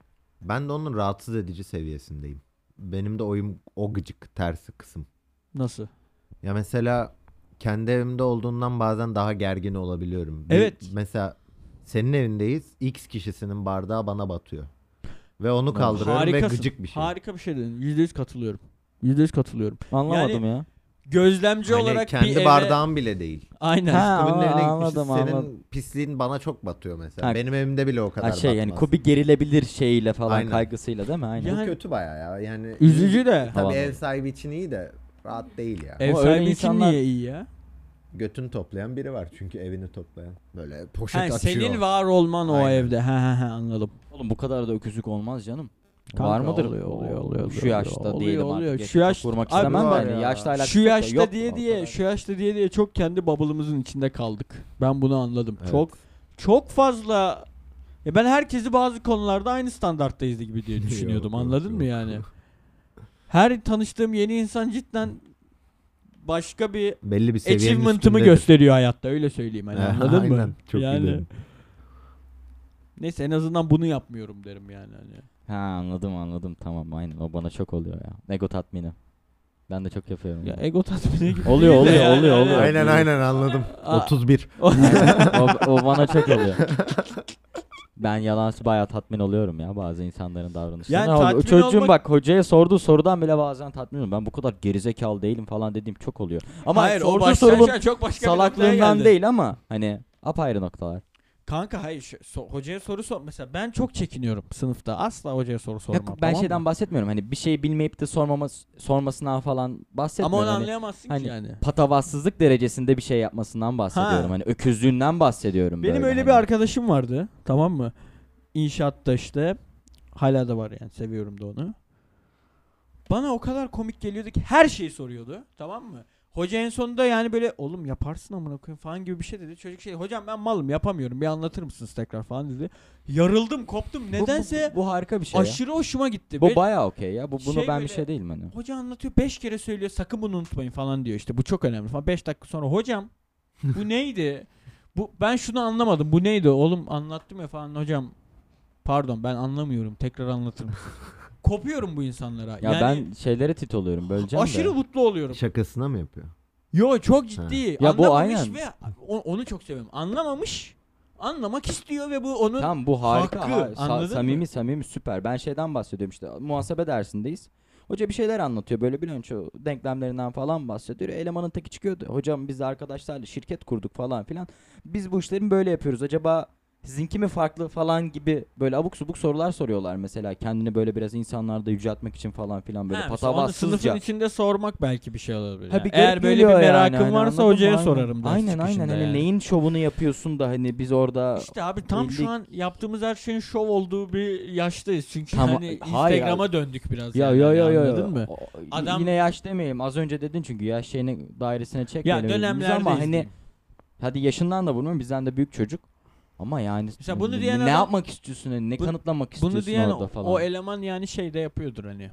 Ben de onun rahatsız edici seviyesindeyim. Benim de oyum o gıcık tersi kısım. Nasıl? Ya mesela kendi evimde olduğundan bazen daha gergin olabiliyorum. Bir- Evet. Mesela senin evindeyiz. X kişisinin bardağı bana batıyor. Ve onu Evet. kaldırıyorum ve Harikasın. gıcık bir şey. Harika bir şey dedin. yüzde yüz katılıyorum. yüzde yüz katılıyorum. Anlamadım ya. Gözlemci Hani olarak kendi bir eve... bardağım bile değil. Aynen. Ha, Kimin aa, evine anladım, gitmişiz. Senin anladım. pisliğin bana çok batıyor mesela. Ha. Benim evimde bile o kadar Ha şey yani batmaz. Kobe gerilebilir şeyiyle falan Aynen. kaygısıyla değil mi? Aynen. Ya- Bu kötü baya ya. Yani Üzücü de. Tabii Havalı. ev sahibi için iyi de rahat değil ya. Ev Ama öyle sahibi için insanlar- niye iyi ya? Götünü toplayan biri var çünkü evini toplayan. Böyle poşet Ha, açıyor. senin var olman o Aynen. evde. Ha ha ha anladım. Oğlum bu kadar da öküzlük olmaz canım. Kanka, var mıdır? oluyor, oluyor, Oo, oluyor, Şu oluyor, yaşta oluyor, diyelim oluyor. artık. Şu Şu yaş- vurmak Abi istemem var de ya. hani yaşla alakası Şu yok da yaşta yok diye o diye, kadar. şu yaşta diye diye çok kendi bubble'ımızın içinde kaldık. Ben bunu anladım. Evet. Çok çok fazla ya ben herkesi bazı konularda aynı standarttayız gibi diye düşünüyordum. Yok, yok, Anladın mı yok. yani? Her tanıştığım yeni insan cidden başka bir Belli bir seviyenin achievement'ımı üstündedir. gösteriyor hayatta. Öyle söyleyeyim hani. Ha, Anladın mı? aynen, çok iyi yani dedin. neyse en azından bunu yapmıyorum derim yani hani. Ha anladım anladım tamam aynen o bana çok oluyor ya. Ego tatmini. Ben de çok yapıyorum. Ya Ya. ego tatmini gibi Oluyor, değil de oluyor, yani oluyor, hani- oluyor. Aynen aynen anladım. Aa. otuz bir. Aynen, o, o bana çok oluyor. Ben yalansı bayağı tatmin oluyorum ya bazı insanların davranışlarına. Yani O- tatmin çocuğun olmak- bak hocaya sorduğu sorudan bile bazen tatmin oluyorum. Ben bu kadar gerizekalı değilim falan dediğim çok oluyor. Ama Hayır o sorduğu baştan sorunun aşağı çok başka bir noktaya salaklığından geldi. değil ama hani apayrı noktalar. Kanka hayır şu- so- hocaya soru sor. Mesela ben çok çekiniyorum sınıfta. Asla hocaya soru Ya sormam. ben tamam şeyden mı? bahsetmiyorum. Hani bir şey bilmeyip de sormaması, sormasından falan Ama bahsetmiyorum. onu Hani anlayamazsın hani ki yani. patavatsızlık derecesinde bir şey yapmasından bahsediyorum. Ha. Hani öküzlüğünden bahsediyorum Benim böyle öyle hani. bir arkadaşım vardı. Tamam mı? İnşaatta işte. Hala da var yani. Seviyorum da onu. Bana o kadar komik geliyordu ki her şeyi soruyordu. Tamam mı? Hoca en sonunda yani böyle oğlum yaparsın amına koyayım falan gibi bir şey dedi. Çocuk şey hocam ben malım yapamıyorum. Bir anlatır mısınız tekrar falan dedi. Yarıldım, koptum. Bu- bu- Nedense bu, bu harika bir şey ya. aşırı hoşuma gitti. Bu Ve bayağı okey ya. Bu bunu şey ben böyle- bir şey değilim hani. hoca anlatıyor beş kere söylüyor sakın bunu unutmayın falan diyor işte bu çok önemli falan. beş dakika sonra hocam bu neydi? Bu ben şunu anlamadım. Bu neydi? Oğlum anlattım ya falan hocam. Pardon ben anlamıyorum. Tekrar anlatır mısın? Kopuyorum bu insanlara. Ya yani ben şeylere tit oluyorum böleceğim aşırı de. mutlu oluyorum. Şakasına mı yapıyor? Yo çok ciddi. Ya bu Anlamamış aynen. ve o- onu çok seviyorum. Anlamamış. Anlamak istiyor ve bu onun Tamam bu harika. hakkı, ha- sa- anladın samimi mı? samimi süper. Ben şeyden bahsediyorum işte muhasebe dersindeyiz. Hoca bir şeyler anlatıyor böyle bilanço denklemlerinden falan bahsediyor. Elemanın teki çıkıyordu. Hocam biz de arkadaşlarla şirket kurduk falan filan. Biz bu işlerin böyle yapıyoruz. Acaba sizinki mi farklı falan gibi böyle abuk subuk sorular soruyorlar mesela. Kendini böyle biraz insanlarda yüceltmek için falan filan böyle Ha, mesela onu sınıfın patavatsızca. içinde sormak belki bir şey olabilir. Ha, yani. bir garip Eğer böyle bir geliyor yani, merakın hani varsa anladın mı? hocaya Aynen. sorarım ders Aynen aynen çıkışında hani yani. neyin şovunu yapıyorsun da hani biz orada İşte abi tam elli şu an yaptığımız her şeyin şov olduğu bir yaştayız. Çünkü Tamam, hani hayır Instagram'a döndük biraz ya yani. ya hani ya ya anladın mı? O- Adam- yine yaş demeyelim. Az önce dedin çünkü yaş şeyine dairesine Ya çekmeyelim. birbirimizi dönemlerdeyiz ama hani diyeyim. hadi yaşından da vurmuyorum bizden de büyük çocuk. Ama yani Mesela bunu ne, diyen ne adam- yapmak istiyorsun hani ne Bu- kanıtlamak istiyorsun Bunu diyen orada o, falan. o eleman yani şey de yapıyordur hani.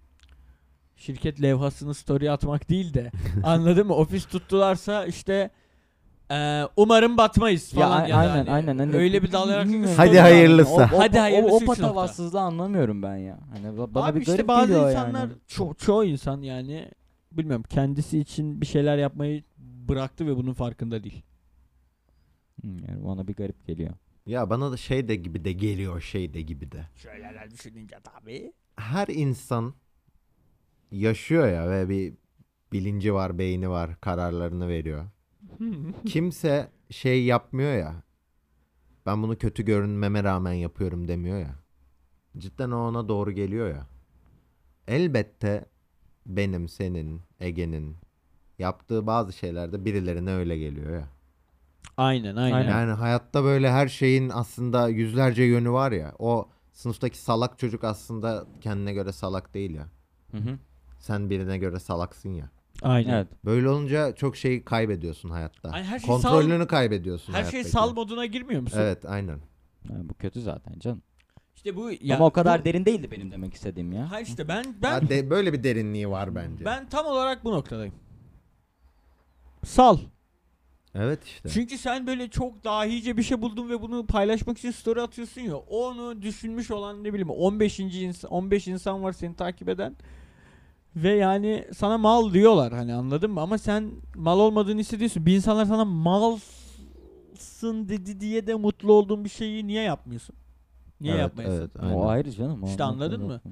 Şirket levhasını story atmak değil de anladın mı? Ofis tuttularsa işte eee, umarım batmayız ya, falan a- ya, da aynen hani aynen hani öyle bir dalayarak bilmiyorum. Hadi story hayırlısı. atmak. O, o, Hadi o, hayırlısı o, üç nokta. patavatsızlığı anlamıyorum ben ya. Hani ba- bana Abi bir işte garip bazı geliyor insanlar yani. ço- çoğu insan yani bilmiyorum kendisi için bir şeyler yapmayı bıraktı ve bunun farkında değil. Hmm, yani bana bir garip geliyor. Ya bana da şey de gibi de geliyor şey de gibi de. Şöyleler düşününce tabii. Her insan yaşıyor ya ve bir bilinci var, beyni var, kararlarını veriyor. Kimse şey yapmıyor ya. Ben bunu kötü görünmeme rağmen yapıyorum demiyor ya. Cidden o ona doğru geliyor ya. Elbette benim, senin, Ege'nin yaptığı bazı şeylerde birilerine öyle geliyor ya. Aynen aynen. Aynen. Yani hayatta böyle her şeyin aslında yüzlerce yönü var ya. O sınıftaki salak çocuk aslında kendine göre salak değil ya. Hı hı. Sen birine göre salaksın ya. Aynen. Evet. Böyle olunca çok şey kaybediyorsun hayatta. Ay, her şey Kontrolünü kaybediyorsun Her şey hayattaki. sal moduna girmiyor musun? Evet aynen. Yani bu kötü zaten canım. İşte bu ya Ama o kadar bu- derin değildi benim demek istediğim ya. Hayır işte ben ben Ya de- böyle bir derinliği var bence. ben tam olarak bu noktadayım. Sal. Evet işte. Çünkü sen böyle çok dahice bir şey buldun ve bunu paylaşmak için story atıyorsun ya. Onu düşünmüş olan ne bileyim on beşinci insan on beş insan var seni takip eden. Ve yani sana mal diyorlar hani, anladın mı? Ama sen mal olmadığını hissediyorsun. Bir insanlar sana malsın dedi diye de mutlu olduğun bir şeyi niye yapmıyorsun? Niye Evet, yapmayasın? evet, aynen. O ayrı canım. İşte o- anladın o- mı?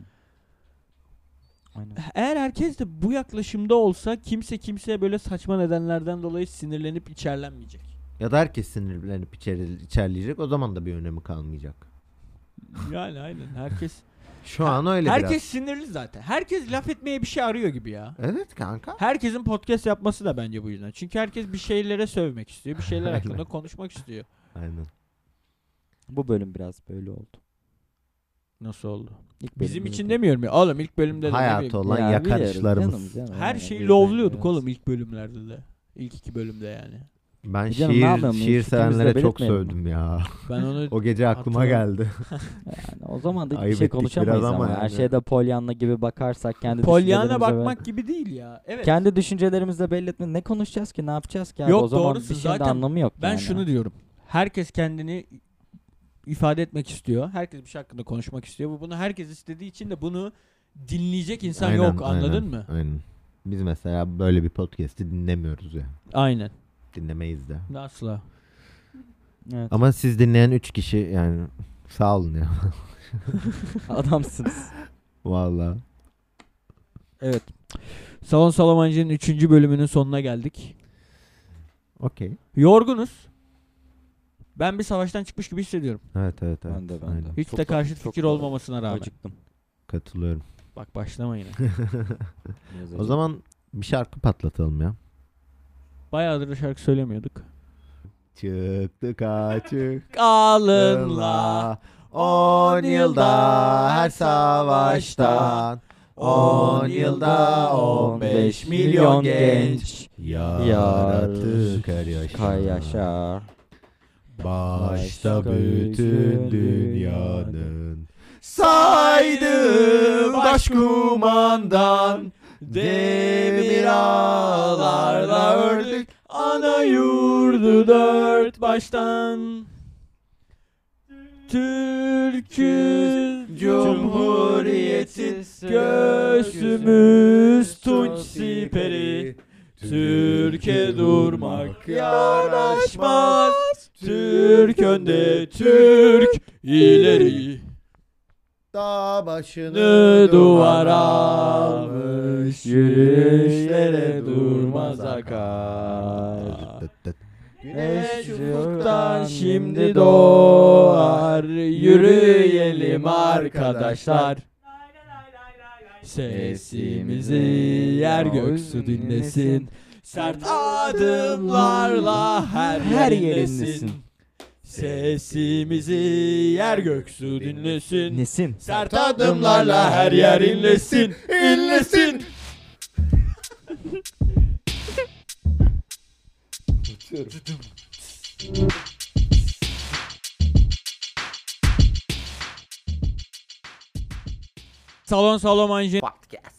Aynen. Eğer herkes de bu yaklaşımda olsa kimse kimseye böyle saçma nedenlerden dolayı sinirlenip içerlenmeyecek. Ya da herkes sinirlenip içeri, içerleyecek. O zaman da bir önemi kalmayacak. Yani aynen herkes Şu an öyle herkes biraz. sinirli zaten. Herkes laf etmeye bir şey arıyor gibi ya. Evet kanka. Herkesin podcast yapması da bence bu yüzden. Çünkü herkes bir şeylere sövmek istiyor. Bir şeyler Aynen. hakkında konuşmak istiyor. Aynen. Bu bölüm biraz böyle oldu. Nasıl oldu? İlk Bizim bölüm için böyle. demiyorum ya. Oğlum ilk bölümde de ne Hayatı bileyim, olan Ya biliyoruz yakarışlarımız. canım, canım, her aynen, şeyi biz lovluyorduk de oğlum ilk bölümlerde de. İlk iki bölümde yani. Ben E canım, ne şiir, yapalım, şiir fikrimizi de sevenlere çok belirtmeyelim mi? sövdüm ya. Ben onu O gece aklıma Hatırlıyorum. geldi. Yani o zaman da hiçbir Ayıp şey ettik konuşamayız biraz ama, ama her yani. şeyde Pollyanna gibi bakarsak kendi Pollyanna düşüncelerimize bakmak gibi değil ya. Evet. kendi düşüncelerimizle belli etme, ne konuşacağız ki, ne yapacağız ki abi? Yok, O zaman doğrusu bir şeyin de zaten anlamı yok Ben yani. şunu diyorum. Herkes kendini ifade etmek istiyor. Herkes bir şey hakkında konuşmak istiyor. Bu bunu herkes istediği için de bunu dinleyecek insan Aynen, yok. Anladın aynen, mı? Aynen. Biz mesela böyle bir podcast'i dinlemiyoruz ya. Aynen. Dinlemeyiz de. Asla. Evet. Ama siz dinleyen üç kişi yani sağ olun ya. Adamsınız. Vallahi. Evet. Salon Salamancı'nın üçüncü bölümünün sonuna geldik. Okey. Yorgunuz. Ben bir savaştan çıkmış gibi hissediyorum. Evet evet evet. Ben de, ben de. Aynen. Hiç Çok de da- karşıt çok fikir da olmamasına rağmen. Acıktım. Katılıyorum. Bak başlama yine. O zaman bir şarkı patlatalım ya. Bayağıdır da şarkı söylemiyorduk. Çıktık açık. Alınla On yılda her savaştan On yılda on beş milyon genç Yarattık her yaşta Kay yaşa. Başta bütün dünyanın Saydı başkumandan Demir ağlarla ördük ana yurdu dört baştan. Türk'üz Cumhuriyetiz, göğsümüz tunç siperi. Türkiye durmak yaraşmaz, Türk önde, Türk ileri. Dağ başını Nı duvar almış, yürüyüşlere durmaz akar. Güneş ufuktan şimdi doğar, yürüyelim arkadaşlar. Sesimizi yer göksu dinlesin, sert adımlarla her, Her yer yer inlesin. inlesin. Sesimizi yer göksu dinlesin, Nesin? sert adımlarla her yer inlesin, inlesin. Salon Salamancı Podcast.